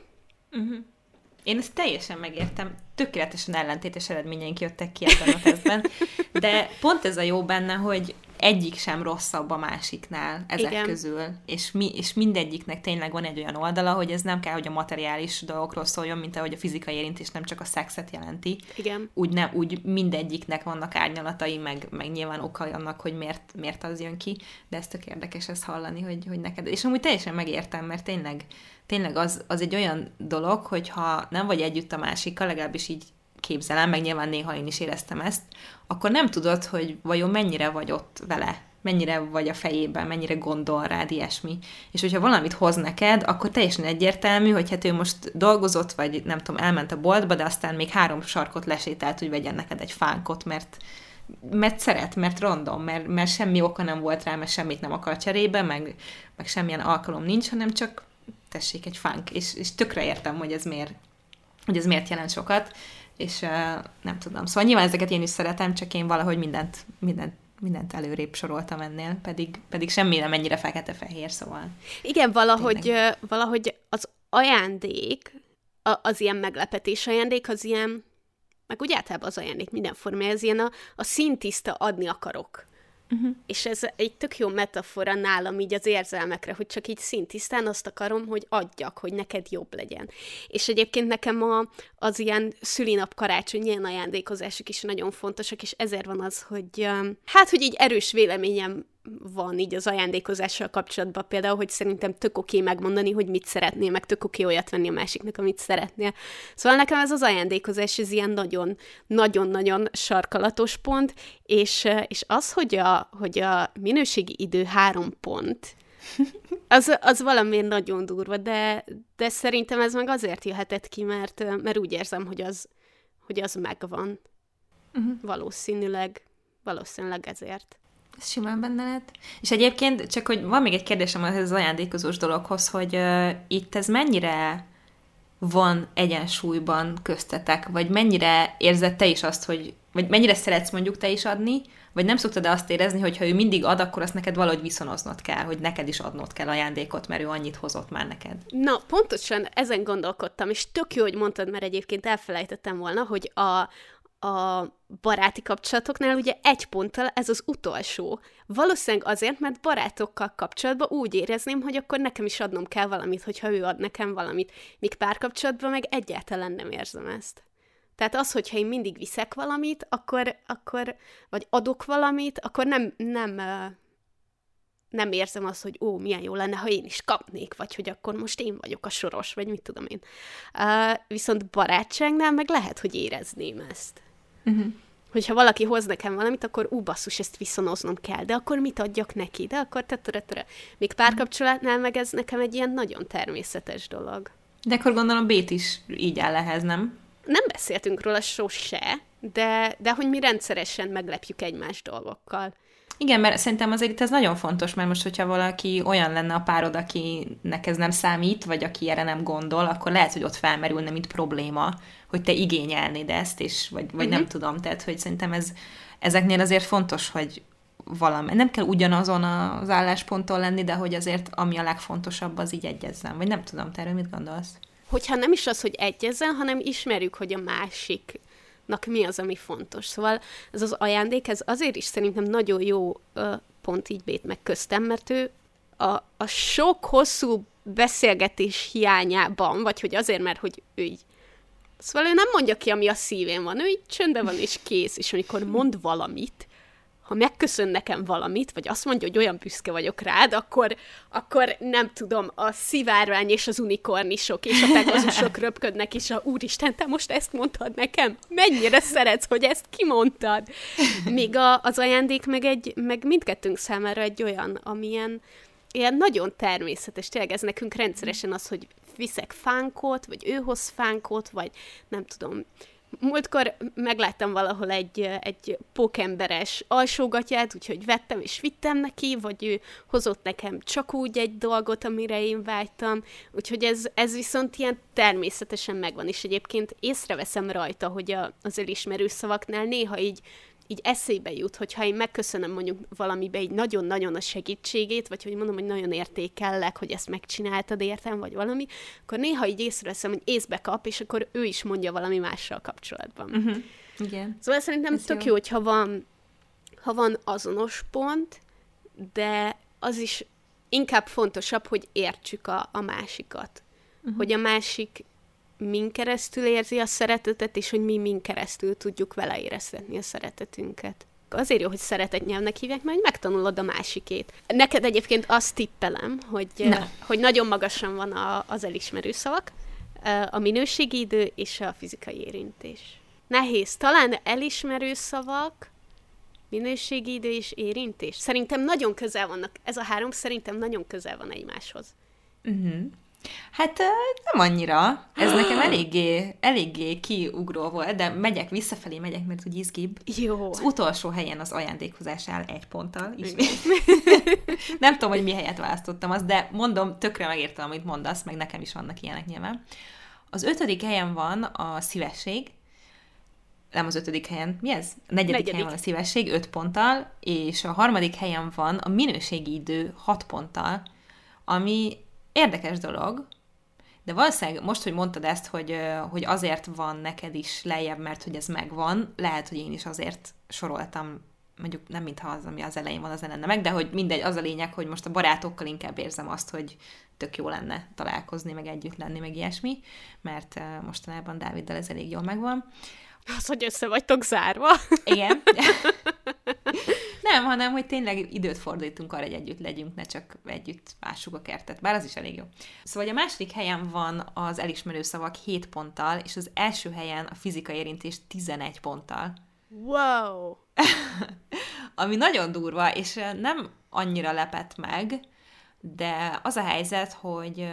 Én ezt teljesen megértem, tökéletesen ellentétes eredményeink jöttek ki ebben a tesztben, de pont ez a jó benne, hogy egyik sem rosszabb a másiknál ezek közül, és mindegyiknek tényleg van egy olyan oldala, hogy ez nem kell, hogy a materiális dolgokról szóljon, mint ahogy a fizikai érintés nem csak a szexet jelenti.
Igen.
Úgy mindegyiknek vannak árnyalatai, meg nyilván okai annak, hogy miért az jön ki, de ez tök érdekes ezt hallani, hogy neked. És amúgy teljesen megértem, mert tényleg az egy olyan dolog, hogyha nem vagy együtt a másikkal, legalábbis így képzelem, meg nyilván néha én is éreztem ezt, akkor nem tudod, hogy vajon mennyire vagy ott vele, mennyire vagy a fejében, mennyire gondol rád, ilyesmi. És hogyha valamit hoz neked, akkor teljesen egyértelmű, hogy hát ő most dolgozott, vagy nem tudom, elment a boltba, de aztán még 3 sarkot lesétált, hogy vegyen neked egy fánkot, mert mert szeret, mert random, mert semmi oka nem volt rá, mert semmit nem akar cserébe, meg semmilyen alkalom nincs, hanem csak tessék egy funk, és tökre értem, hogy ez miért jelent sokat, és nem tudom. Szóval nyilván ezeket én is szeretem, csak én valahogy mindent előrébb soroltam ennél, pedig semmi nem ennyire fekete-fehér, szóval.
Igen, valahogy az ajándék, az ilyen meglepetés ajándék, az ilyen, meg úgy általában az ajándék minden formája, ez ilyen a színtiszta adni akarok. És ez egy tök jó metafora nálam így az érzelmekre, hogy csak így színtisztán azt akarom, hogy adjak, hogy neked jobb legyen. És egyébként nekem az ilyen szülinap, karácsony, ilyen ajándékozások is nagyon fontosak, és ezért van az, hogy hogy így erős véleményem van így az ajándékozással kapcsolatban például, hogy szerintem tök oké megmondani, hogy mit szeretnél, meg tök oké olyat venni a másiknak, amit szeretnél. Szóval nekem ez az ajándékozás, ez ilyen nagyon-nagyon sarkalatos pont, és az, hogy a minőségi idő 3 pont, az valamiért nagyon durva, de szerintem ez meg azért jöhetett ki, mert úgy érzem, hogy az megvan. Valószínűleg ezért.
Ez simán benne lett. És egyébként csak, hogy van még egy kérdésem az ajándékozós dologhoz, hogy itt ez mennyire van egyensúlyban köztetek, vagy mennyire érzed te is azt, vagy mennyire szeretsz mondjuk te is adni, vagy nem szoktad azt érezni, hogy ha ő mindig ad, akkor azt neked valahogy viszonoznod kell, hogy neked is adnod kell ajándékot, mert ő annyit hozott már neked.
Na, pontosan ezen gondolkodtam, és tök jó, hogy mondtad, mert egyébként elfelejtettem volna, hogy a baráti kapcsolatoknál ugye 1 ponttal ez az utolsó. Valószínűleg azért, mert barátokkal kapcsolatban úgy érezném, hogy akkor nekem is adnom kell valamit, hogyha ő ad nekem valamit. Míg párkapcsolatban meg egyáltalán nem érzem ezt. Tehát az, hogyha én mindig viszek valamit, akkor vagy adok valamit, akkor nem érzem azt, hogy milyen jó lenne, ha én is kapnék, vagy hogy akkor most én vagyok a soros, vagy mit tudom én. Viszont barátságnál meg lehet, hogy érezném ezt. Hogyha valaki hoz nekem valamit, akkor basszus, ezt viszonoznom kell, de akkor mit adjak neki? De akkor Még párkapcsolatnál meg ez nekem egy ilyen nagyon természetes dolog.
De akkor gondolom Bét is így áll ehhez, nem?
Nem beszéltünk róla sose, de hogy mi rendszeresen meglepjük egymás dolgokkal.
Igen, mert szerintem azért itt ez nagyon fontos, mert most, hogyha valaki olyan lenne a párod, akinek ez nem számít, vagy aki erre nem gondol, akkor lehet, hogy ott felmerülne, mint probléma, hogy te igényelnéd ezt, és, vagy nem tudom, tehát, hogy szerintem ezeknél azért fontos, hogy valami, nem kell ugyanazon az állásponton lenni, de hogy azért ami a legfontosabb, az így egyezzen. Vagy nem tudom, te erről mit gondolsz?
Hogyha nem is az, hogy egyezzen, hanem ismerjük, hogy a másiknak mi az, ami fontos. Szóval ez az ajándék, ez azért is szerintem nagyon jó pont így Bét meg köztem, mert ő a sok hosszú beszélgetés hiányában, vagy hogy azért, mert hogy ő így, szóval ő nem mondja ki, ami a szívén van, ő így csöndben van és kész, és amikor mond valamit, ha megköszön nekem valamit, vagy azt mondja, hogy olyan büszke vagyok rád, akkor nem tudom, a szivárvány és az unikornisok és a pegazusok röpködnek, és úristen, te most ezt mondtad nekem? Mennyire szeretsz, hogy ezt kimondtad? Míg az ajándék meg mindkettőnk számára egy olyan, amilyen ilyen nagyon természetes. Tényleg ez nekünk rendszeresen az, hogy viszek fánkot, vagy ő hoz fánkot, vagy nem tudom. Múltkor megláttam valahol egy pókemberes alsógatját, úgyhogy vettem és vittem neki, vagy ő hozott nekem csak úgy egy dolgot, amire én vágytam. Úgyhogy ez viszont ilyen természetesen megvan, és egyébként észreveszem rajta, hogy az elismerő szavaknál néha így eszébe jut, hogyha én megköszönöm mondjuk valamibe így nagyon-nagyon a segítségét, vagy hogy mondom, hogy nagyon értékellek, hogy ezt megcsináltad értem, vagy valami, akkor néha így észreveszem, hogy észbe kap, és akkor ő is mondja valami mással kapcsolatban.
Igen.
Szóval szerintem ez tök jó, hogyha ha van azonos pont, de az is inkább fontosabb, hogy értsük a másikat. Hogy a másik min keresztül érzi a szeretetet, és hogy mi min keresztül tudjuk vele éreztetni a szeretetünket. Azért jó, hogy szeretetnyelvnek hívják, mert megtanulod a másikét. Neked egyébként azt tippelem, hogy nagyon magasan van az elismerő szavak, a minőségi idő és a fizikai érintés. Nehéz. Talán elismerő szavak, minőségi idő és érintés. Szerintem nagyon közel vannak. Ez a 3 szerintem nagyon közel van egymáshoz.
Hát nem annyira. Ez nekem eléggé kiugró volt, de visszafelé megyek, mert úgy izgibb.
Jó.
Az utolsó helyen az ajándékozás áll 1 ponttal. Nem tudom, hogy mi helyet választottam azt, de mondom, tökre megértem, amit mondasz, meg nekem is vannak ilyenek nyilván. Az 5. helyen van a szívesség. Nem az 5. helyen. Mi ez? A 4. helyen van a szívesség 5 ponttal, és a 3. helyen van a minőségi idő 6 ponttal, ami érdekes dolog, de valószínűleg most, hogy mondtad ezt, hogy azért van neked is lejjebb, mert hogy ez megvan, lehet, hogy én is azért soroltam, mondjuk nem mintha az, ami az elején van, az lenne meg, de hogy mindegy, az a lényeg, hogy most a barátokkal inkább érzem azt, hogy tök jó lenne találkozni, meg együtt lenni, meg ilyesmi, mert mostanában Dáviddal ez elég jól megvan.
Az, hogy össze vagytok zárva.
Igen. Nem, hanem, hogy tényleg időt fordítunk arra, hogy együtt legyünk, ne csak együtt ássuk a kertet. Bár az is elég jó. Szóval a második helyen van az elismerő szavak 7 ponttal, és az első helyen a fizikai érintés 11 ponttal.
Wow!
Ami nagyon durva, és nem annyira lepett meg, de az a helyzet, hogy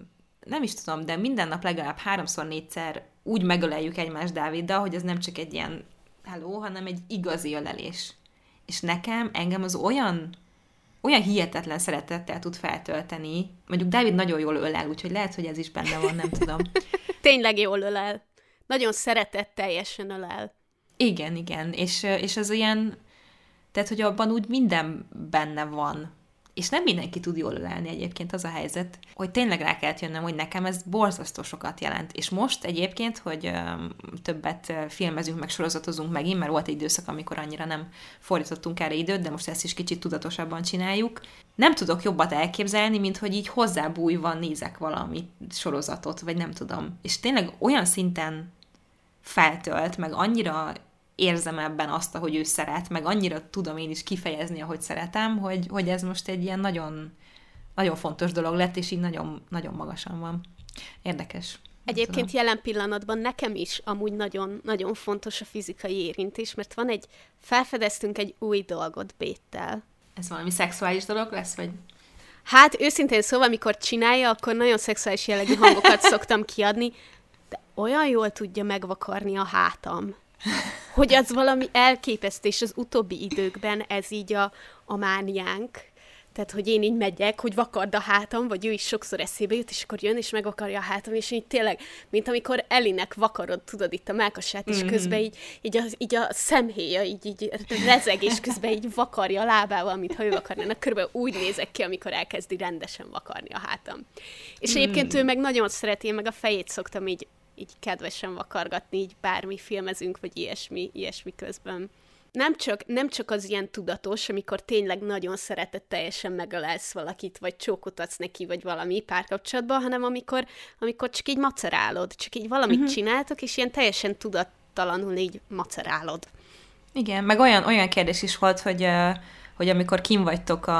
nem is tudom, de minden nap legalább 3-4-szer úgy megöleljük egymást Dáviddal, hogy ez nem csak egy ilyen hello, hanem egy igazi ölelés. És engem az olyan hihetetlen szeretettel tud feltölteni. Mondjuk Dávid nagyon jól ölel, úgyhogy lehet, hogy ez is benne van, nem tudom.
Tényleg jól ölel. Nagyon szeretetteljesen ölel.
Igen, és az ilyen, tehát, hogy abban úgy minden benne van. És nem mindenki tud jól ölelni egyébként, az a helyzet, hogy tényleg rá kellett jönnöm, hogy nekem ez borzasztó sokat jelent. És most egyébként, hogy többet filmezünk, meg sorozatozunk megint, mert volt egy időszak, amikor annyira nem fordítottunk erre időt, de most ezt is kicsit tudatosabban csináljuk. Nem tudok jobbat elképzelni, mint hogy így hozzábújva nézek valami sorozatot, vagy nem tudom. És tényleg olyan szinten feltölt, meg annyira érzem ebben azt, ahogy ő szeret, meg annyira tudom én is kifejezni, ahogy szeretem, hogy ez most egy ilyen nagyon, nagyon fontos dolog lett, és így nagyon, nagyon magasan van. Érdekes.
Egyébként jelen pillanatban nekem is amúgy nagyon, nagyon fontos a fizikai érintés, mert felfedeztünk egy új dolgot Béttel.
Ez valami szexuális dolog lesz, vagy?
Hát őszintén szóval, amikor csinálja, akkor nagyon szexuális jellegű hangokat szoktam kiadni, de olyan jól tudja megvakarni a hátam, hogy az valami elképesztő, és az utóbbi időkben ez így a mániánk. Tehát, hogy én így megyek, hogy vakard a hátam, vagy ő is sokszor eszébe jut, és akkor jön, és megvakarja a hátam, és így tényleg, mint amikor Elinek vakarod, tudod, itt a mellkasát, és közben így a szemhéja így rezeg, és közben így vakarja a lábával, mintha ő vakarnának. Körülbelül úgy nézek ki, amikor elkezdi rendesen vakarni a hátam. És egyébként ő meg nagyon szereti, én meg a fejét szoktam így kedvesen vakargatni, így bármi filmezünk, vagy ilyesmi közben. Nem csak az ilyen tudatos, amikor tényleg nagyon szeretetteljesen megölelsz valakit, vagy csókot adsz neki, vagy valami párkapcsolatban, hanem amikor csak így macerálod, csak így valamit csináltok, és ilyen teljesen tudattalanul így macerálod.
Igen, meg olyan kérdés is volt, hogy amikor kim vagytok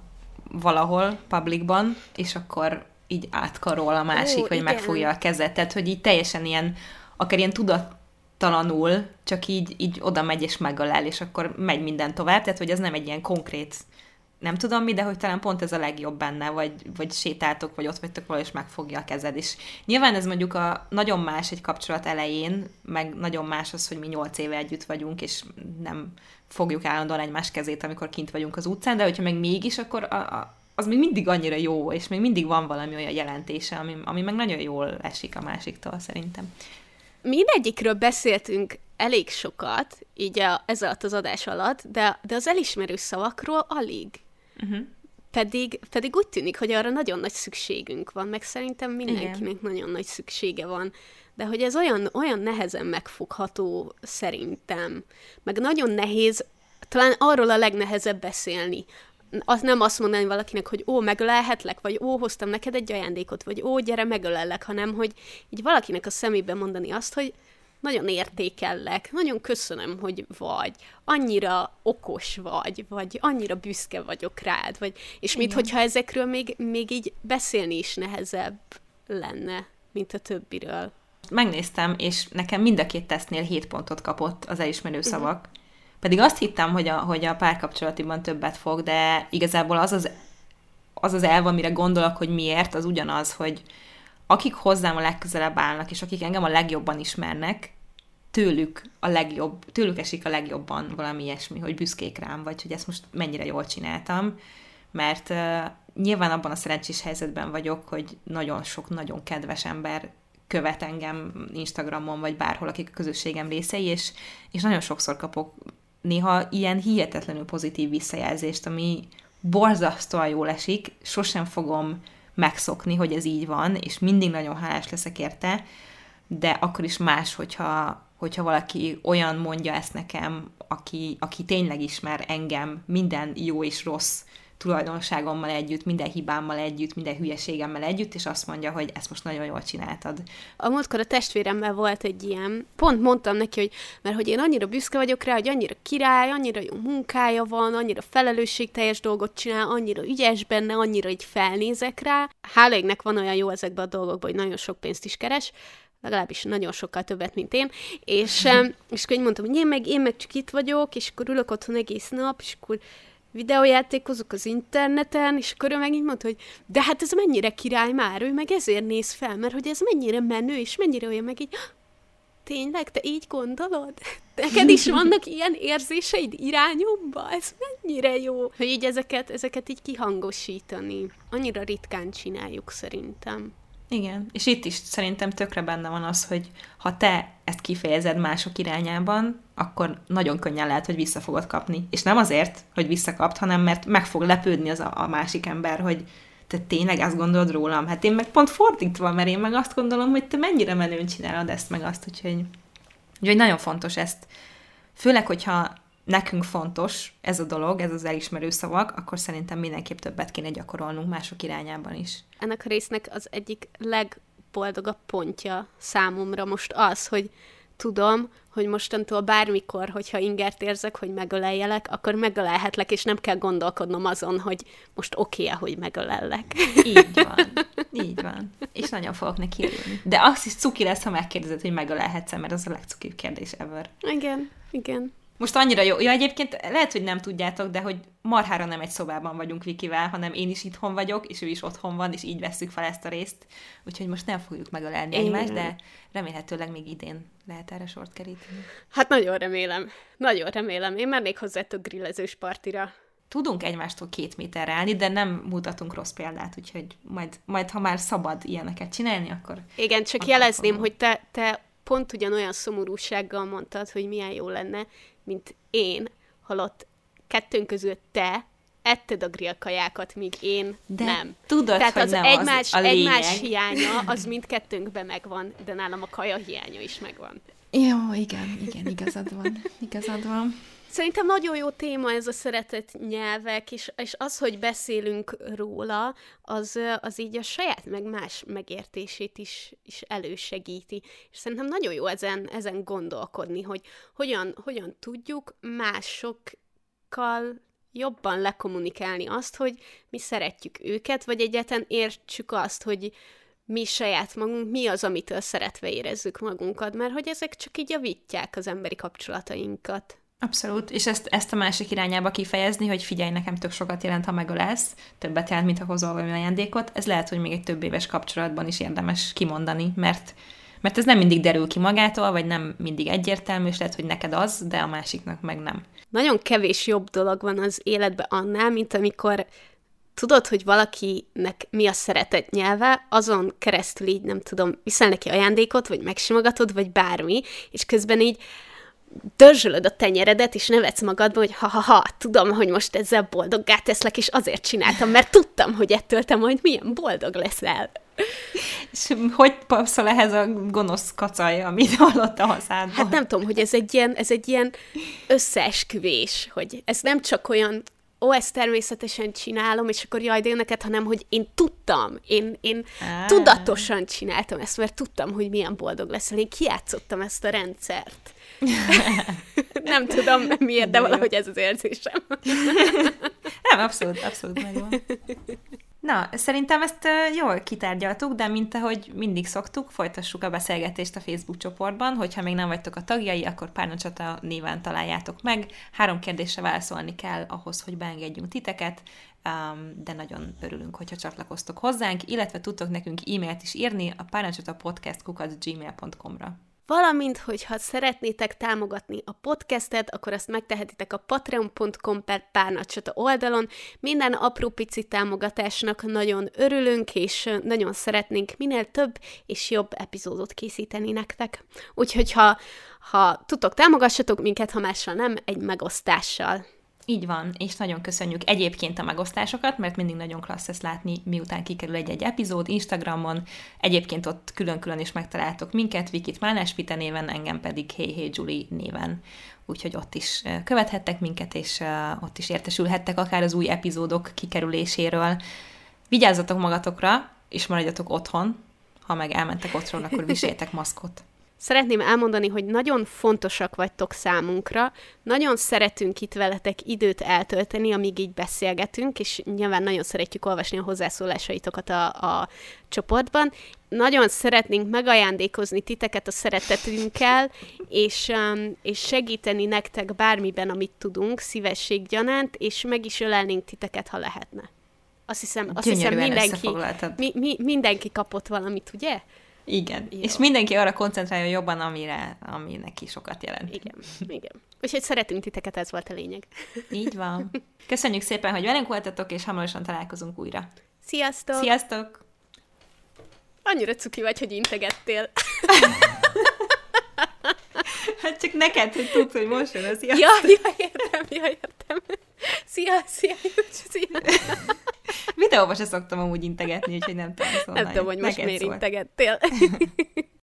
valahol, publicban, és akkor így átkarol a másik, vagy megfogja a kezet, tehát hogy így teljesen ilyen, akár ilyen tudattalanul, csak így oda megy és megölel, és akkor megy minden tovább, tehát hogy ez nem egy ilyen konkrét, nem tudom mi, de hogy talán pont ez a legjobb benne, vagy sétáltok, vagy ott vagytok valahol, és megfogja a kezed, és nyilván ez mondjuk nagyon más egy kapcsolat elején, meg nagyon más az, hogy mi 8 éve együtt vagyunk, és nem fogjuk állandóan egymás kezét, amikor kint vagyunk az utcán, de hogyha meg mégis, akkor az még mindig annyira jó, és még mindig van valami olyan jelentése, ami meg nagyon jól esik a másiktól, szerintem.
Mindegyikről beszéltünk elég sokat, így ez alatt az adás alatt, de az elismerő szavakról alig. Pedig úgy tűnik, hogy arra nagyon nagy szükségünk van, meg szerintem mindenkinek nagyon nagy szüksége van. De hogy ez olyan nehezen megfogható szerintem. Meg nagyon nehéz, talán arról a legnehezebb beszélni. Nem azt mondani valakinek, hogy megölelhetlek, vagy hoztam neked egy ajándékot, vagy gyere, megölellek, hanem hogy így valakinek a szemébe mondani azt, hogy nagyon értékellek, nagyon köszönöm, hogy vagy, annyira okos vagy annyira büszke vagyok rád, és minthogyha ezekről még így beszélni is nehezebb lenne, mint a többiről.
Megnéztem, és nekem mind a 2 tesztnél 7 pontot kapott az elismerő szavak. Pedig azt hittem, hogy a párkapcsolatiban többet fog, de igazából az elv, amire gondolok, hogy miért, az ugyanaz, hogy akik hozzám a legközelebb állnak, és akik engem a legjobban ismernek, tőlük esik a legjobban valami ilyesmi, hogy büszkék rám, vagy hogy ezt most mennyire jól csináltam, mert nyilván abban a szerencsés helyzetben vagyok, hogy nagyon sok, nagyon kedves ember követ engem Instagramon, vagy bárhol, akik a közösségem részei, és nagyon sokszor kapok néha ilyen hihetetlenül pozitív visszajelzést, ami borzasztóan jól esik, sosem fogom megszokni, hogy ez így van, és mindig nagyon hálás leszek érte, de akkor is más, hogyha valaki olyan mondja ezt nekem, aki tényleg ismer engem minden jó és rossz tulajdonságommal együtt, minden hibámmal együtt, minden hülyeségemmel együtt, és azt mondja, hogy ezt most nagyon jól csináltad.
A múltkor a testvéremmel volt egy ilyen, pont mondtam neki, hogy mert hogy én annyira büszke vagyok rá, hogy annyira király, annyira jó munkája van, annyira felelősségteljes dolgot csinál, annyira ügyes benne, annyira így felnézek rá. Hála égnek van olyan jó ezekben a dolgokban, hogy nagyon sok pénzt is keres, legalábbis nagyon sokkal többet, mint én, és akkor így mondtam, hogy én meg csak itt vagyok, és akkor ülök otthon egész nap, és akkor videójátékozok az interneten, és akkor ő meg így mondta, hogy de hát ez mennyire király már, ő meg ezért néz fel, mert hogy ez mennyire menő, és mennyire olyan, meg így, tényleg, te így gondolod? Neked is vannak ilyen érzéseid irányomba? Ez mennyire jó? Hogy így ezeket így kihangosítani. Annyira ritkán csináljuk szerintem.
Igen, és itt is szerintem tökre benne van az, hogy ha te ezt kifejezed mások irányában, akkor nagyon könnyen lehet, hogy vissza fogod kapni. És nem azért, hogy visszakapt, hanem mert meg fog lepődni az a másik ember, hogy te tényleg azt gondolod rólam. Hát én meg pont fordítva, mert én meg azt gondolom, hogy te mennyire menőn csinálod ezt, meg azt, úgyhogy nagyon fontos ezt. Főleg, hogyha nekünk fontos ez a dolog, ez az elismerő szavak, akkor szerintem mindenképp többet kéne gyakorolnunk mások irányában is.
Ennek a résznek az egyik legboldogabb pontja számomra most az, hogy tudom, hogy mostantól bármikor, hogyha ingert érzek, hogy megöleljelek, akkor megölelhetlek, és nem kell gondolkodnom azon, hogy most oké-e, hogy megölellek.
Így van. És nagyon fogok neki örülni. De azt is cuki lesz, ha megkérdezed, hogy megölelhetsz-e, mert az a legcukibb kérdés ever.
Igen.
Most annyira jó. Ja, egyébként lehet, hogy nem tudjátok, de hogy marhára nem egy szobában vagyunk Vikivel, hanem én is itthon vagyok, és ő is otthon van, és így vesszük fel ezt a részt. Úgyhogy most nem fogjuk megölelni egymást, de remélhetőleg még idén lehet erre sort keríteni.
Hát nagyon remélem. Én mennék hozzátok grillezős partira.
Tudunk egymástól 2 méterre állni, de nem mutatunk rossz példát, úgyhogy majd ha már szabad ilyeneket csinálni, akkor...
Igen, csak jelezném, hogy te pont ugyanolyan szomorúsággal mondtad, hogy milyen jó lenne, mint én, holott kettőnk közül te etted a grillkajákat, míg én
de
nem.
Tudod,
tehát
hogy
az
nem
egymás,
az a lényeg.
egymás hiánya, az mindkettőnkben megvan, de nálam a kaja hiánya is megvan.
Jó, igen, igazad van.
Szerintem nagyon jó téma ez a szeretett nyelvek, és az, hogy beszélünk róla, az így a saját meg más megértését is elősegíti. És szerintem nagyon jó ezen gondolkodni, hogy hogyan tudjuk másokkal jobban lekommunikálni azt, hogy mi szeretjük őket, vagy egyáltalán értsük azt, hogy mi saját magunk, mi az, amitől szeretve érezzük magunkat, mert hogy ezek csak így javítják az emberi kapcsolatainkat.
Abszolút, és ezt a másik irányába kifejezni, hogy figyelj, nekem tök sokat jelent, ha megölelsz, többet jelent, mint ha hozol valami ajándékot, ez lehet, hogy még egy több éves kapcsolatban is érdemes kimondani, mert ez nem mindig derül ki magától, vagy nem mindig egyértelmű, és lehet, hogy neked az, de a másiknak meg nem.
Nagyon kevés jobb dolog van az életben annál, mint amikor tudod, hogy valakinek mi a szeretett nyelve, azon keresztül így, nem tudom, viszel neki ajándékot, vagy megsimogatod, vagy bármi, és közben így dörzsölöd a tenyeredet, és nevetsz magadba, hogy ha, tudom, hogy most ezzel boldoggá teszlek, és azért csináltam, mert tudtam, hogy ettől te majd milyen boldog leszel.
És hogy passzol ehhez a gonosz kacaj, amit hallott a haszádból?
Hát nem tudom, hogy ez egy ilyen összeesküvés, hogy ez nem csak olyan, ezt természetesen csinálom, és akkor jaj, de neked, hanem, hogy én tudtam, én tudatosan csináltam ezt, mert tudtam, hogy milyen boldog leszel. Én kijátszottam ezt a rendszert. Nem tudom miért, de valahogy ez az érzésem.
Nem, abszolút megvan. Na, szerintem ezt jól kitárgyaltuk, de mint ahogy mindig szoktuk, folytassuk a beszélgetést a Facebook csoportban, hogyha még nem vagytok a tagjai, akkor Párnacsata néven találjátok meg. 3 kérdésre válaszolni kell ahhoz, hogy beengedjünk titeket. de nagyon örülünk, hogyha csatlakoztok hozzánk, illetve tudtok nekünk e-mailt is írni a párnacsatapodcast@gmail.com-ra.
Valamint, hogyha szeretnétek támogatni a podcastet, akkor azt megtehetitek a patreon.com/párnacsata oldalon. Minden apró pici támogatásnak nagyon örülünk, és nagyon szeretnénk minél több és jobb epizódot készíteni nektek. Úgyhogy ha tudtok, támogassatok minket, ha mással nem, egy megosztással.
Így van, és nagyon köszönjük egyébként a megosztásokat, mert mindig nagyon klassz ezt látni, miután kikerül egy-egy epizód Instagramon. Egyébként ott külön-külön is megtaláltok minket, Vikit Máláspite néven, engem pedig Hey Julie néven. Úgyhogy ott is követhettek minket, és ott is értesülhettek akár az új epizódok kikerüléséről. Vigyázzatok magatokra, és maradjatok otthon. Ha meg elmentek otthon, akkor viseljetek maszkot.
Szeretném elmondani, hogy nagyon fontosak vagytok számunkra, nagyon szeretünk itt veletek időt eltölteni, amíg így beszélgetünk, és nyilván nagyon szeretjük olvasni a hozzászólásaitokat a csoportban. Nagyon szeretnénk megajándékozni titeket a szeretetünkkel, és segíteni nektek bármiben, amit tudunk, szívességgyanánt, és meg is ölelnénk titeket, ha lehetne. Azt hiszem mindenki kapott valamit, ugye?
Igen, jó. És mindenki arra koncentrálja jobban, ami neki sokat jelent.
Igen. Úgyhogy szeretünk titeket, ez volt a lényeg.
Így van. Köszönjük szépen, hogy velünk voltatok, és hamarosan találkozunk újra.
Sziasztok!
Sziasztok!
Annyira cuki vagy, hogy integettél.
Hát csak neked, hogy tudsz, hogy most jön az ilyen.
Ja, értem. Szia.
Videóban se szoktam amúgy integetni, úgyhogy nem tudom.
Nem tudom, hogy most miért integettél.